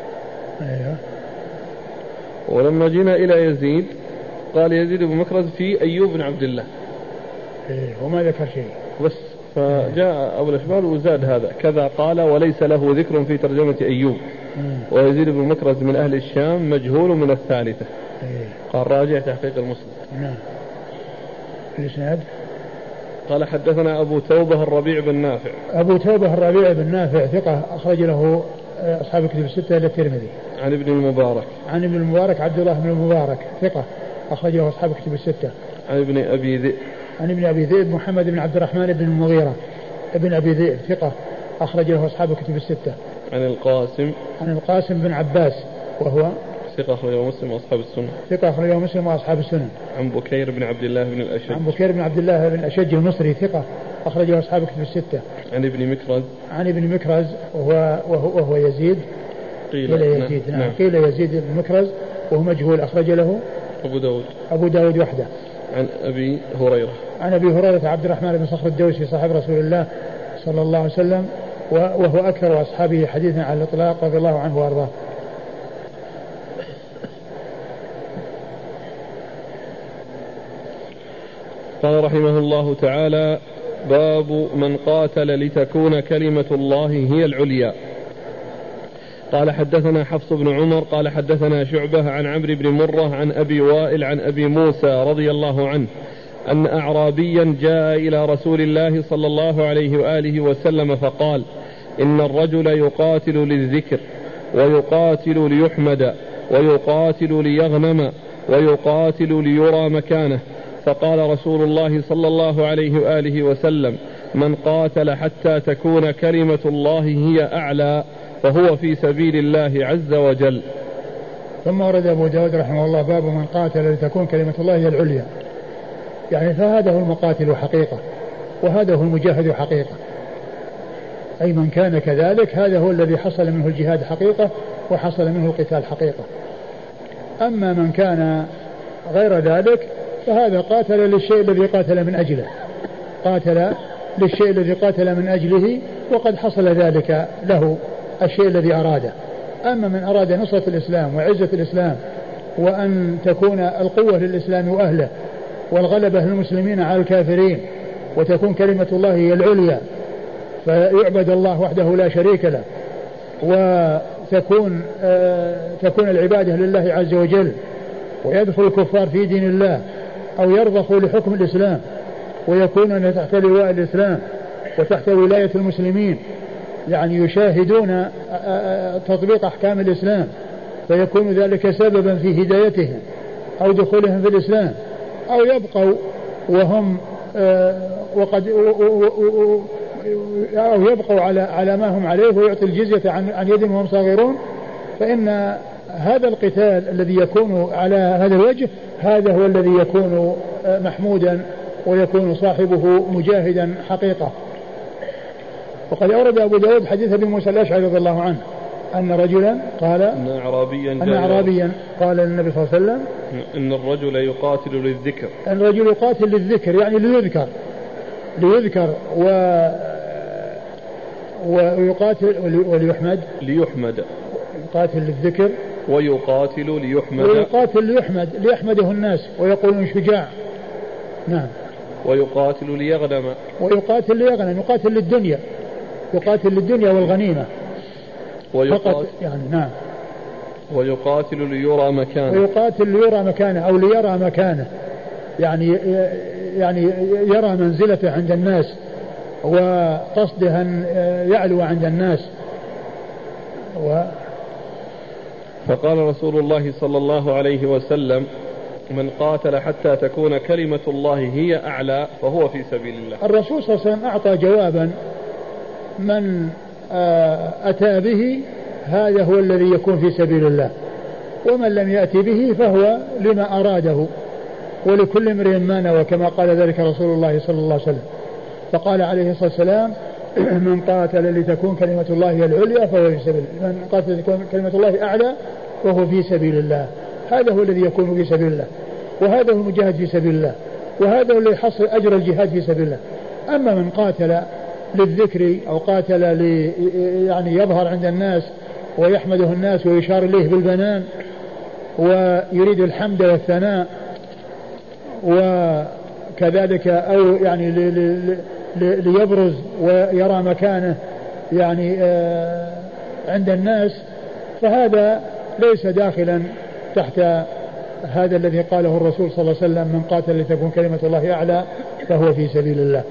ولما جينا إلى يزيد قال يزيد بن مكرز في أيوب بن عبد الله وما ذكر شيء بس. فجاء أبو الأشبال وزاد هذا كذا قال وليس له ذكر في ترجمة أيوب. ويزيد بن مكرز من أهل الشام مجهول من الثالثة. قال راجع تحقيق المسلم. نعم. الإسناد قال حدثنا أبو توبة الربيع بن نافع. أبو توبة الربيع بن نافع ثقة أخرج له أصحاب الكتب الستة إلى الترمذي. عن ابن المبارك. عن ابن المبارك عبد الله بن المبارك ثقة أخرج له أصحاب الكتب الستة. عن ابن أبي ذئب. عن ابن أبي ذئب محمد بن عبد الرحمن بن المغيرة ابن أبي ذئب ثقة أخرج له أصحاب الكتب الستة. عن القاسم. عن القاسم بن عباس وهو ثقة أخرجه مسلم وأصحاب السنن. ثقة أخرجه مسلم وأصحاب السنن. عن بكير بن عبد الله بن الأشج. عن بكير بن عبد الله بن الأشج المصري ثقة أخرجه أصحاب الكتب الستة. عن ابن مكرز. عن ابن مكرز وهو يزيد. قيل يزيد. نعم. قيل يزيد بن مكرز وهو مجهول أخرج له أبو داود وحده. عن أبي هريرة. عن أبي هريرة عبد الرحمن بن صخر الدوسي صاحب رسول الله صلى الله عليه وسلم وهو أكثر أصحابه حديثا على الإطلاق رضي الله عنه وأرضاه. قال رحمه الله تعالى باب من قاتل لتكون كلمة الله هي العليا. قال حدثنا حفص بن عمر قال حدثنا شعبة عن عمرو بن مرة عن أبي وائل عن أبي موسى رضي الله عنه أن أعرابيا جاء إلى رسول الله صلى الله عليه وآله وسلم فقال إن الرجل يقاتل للذكر ويقاتل ليحمد ويقاتل ليغنم ويقاتل ليرى مكانه. فقال رسول الله صلى الله عليه وآله وسلم من قاتل حتى تكون كلمة الله هي أعلى فهو في سبيل الله عز وجل. ثم ورد أبو داود رحمه الله باب من قاتل لتكون كلمة الله هي العليا، يعني فهذا هو المقاتل حقيقة وهذا هو المجاهد حقيقة، أي من كان كذلك هذا هو الذي حصل منه الجهاد حقيقة وحصل منه القتال حقيقة. أما من كان غير ذلك فهذا قاتل للشيء الذي قاتل من أجله، قاتل للشيء الذي قاتل من أجله وقد حصل ذلك له الشيء الذي أراده. أما من أراد نصرة الإسلام وعزة الإسلام وأن تكون القوة للإسلام وأهله والغلبة للمسلمين على الكافرين وتكون كلمة الله هي العليا فيعبد الله وحده لا شريك له وتكون العبادة لله عز وجل ويدخل الكفار في دين الله أو يرضخوا لحكم الإسلام ويكونون تحت لواء الإسلام وتحت ولاية المسلمين، يعني يشاهدون تطبيق أحكام الإسلام فيكون ذلك سببا في هدايتهم أو دخولهم في الإسلام أو يبقوا وهم أو يبقوا على ما هم عليه ويعطي الجزية عن يدهم وهم صاغرون. فإن هذا القتال الذي يكون على هذا الوجه هذا هو الذي يكون محمودا ويكون صاحبه مجاهدا حقيقة. وقد أورد أبو داود حديث أبي موسى الأشعري رضي الله عنه أن رجلا قال أن أعرابيا قال للنبي صلى الله عليه وسلم إن الرجل يقاتل للذكر، أن الرجل يقاتل للذكر يعني ليذكر ويقاتل ليحمد يقاتل للذكر ويقاتل ليحمد ليحمده الناس ويقولون شجاع. نعم. ويقاتل ليغنم يقاتل للدنيا، يقاتل للدنيا والغنيمة فقط يعني. نعم. ويقاتل ليرى مكانه أو ليرى مكانه يعني يرى منزلته عند الناس وقصده أن يعلو عند الناس. فقال رسول الله صلى الله عليه وسلم من قاتل حتى تكون كلمة الله هي أعلى فهو في سبيل الله. الرسول صلى الله عليه وسلم أعطى جوابا من أتى به هذا هو الذي يكون في سبيل الله ومن لم يأتي به فهو لما أراده ولكل امرئ ما نوى كما قال ذلك رسول الله صلى الله عليه وسلم. فقال عليه الصلاة والسلام من قاتل لتكون كلمة الله هي العليا فهو في سبيل الله، من قاتل لتكون كلمة الله أعلى وهو في سبيل الله. هذا هو الذي يكون في سبيل الله، وهذا هو المجاهد في سبيل الله، وهذا هو الذي يحصل أجر الجهاد في سبيل الله. أما من قاتل للذكر أو قاتل يعني يظهر عند الناس ويحمده الناس ويشار إليه بالبنان ويريد الحمد والثناء، وكذلك أو يعني ليبرز ويرى مكانه يعني عند الناس، فهذا ليس داخلا تحت هذا الذي قاله الرسول صلى الله عليه وسلم من قاتل لتكون كلمة الله أعلى فهو في سبيل الله.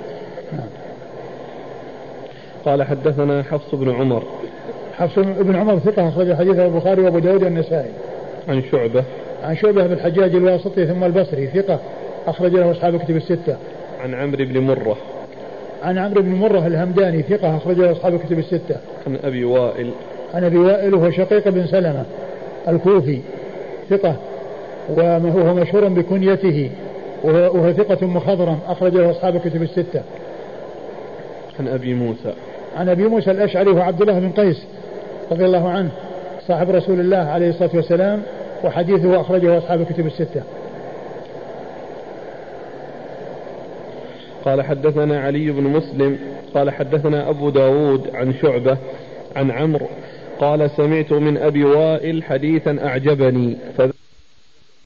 قال حدثنا حفص بن عمر. حفص بن عمر ثقة أخرج حديثه البخاري وأبو داود والنسائي. عن شعبة. عن شعبة بن الحجاج الواسطي ثم البصري ثقة أخرج له أصحاب الكتب الستة. عن عمرو بن مرة. عن عمرو بن مرة الهمداني ثقة أخرج له أصحاب الكتب الستة. عن أبي وائل. عن أبي وائل وهو شقيق بن سلمة الكوفي ثقة وهو مشهور بكنيته وهو ثقة مخضرم أخرج له أصحاب الكتب الستة. عن أبي موسى. عن أبي موسى الأشعري وهو عبد الله بن قيس رضي الله عنه صاحب رسول الله عليه الصلاة والسلام، وحديثه أخرجه أصحاب الكتب الستة. قال حدثنا علي بن مسلم قال حدثنا أبو داود عن شعبة عن عمرو قال سمعت من أبي وائل حديثا أعجبني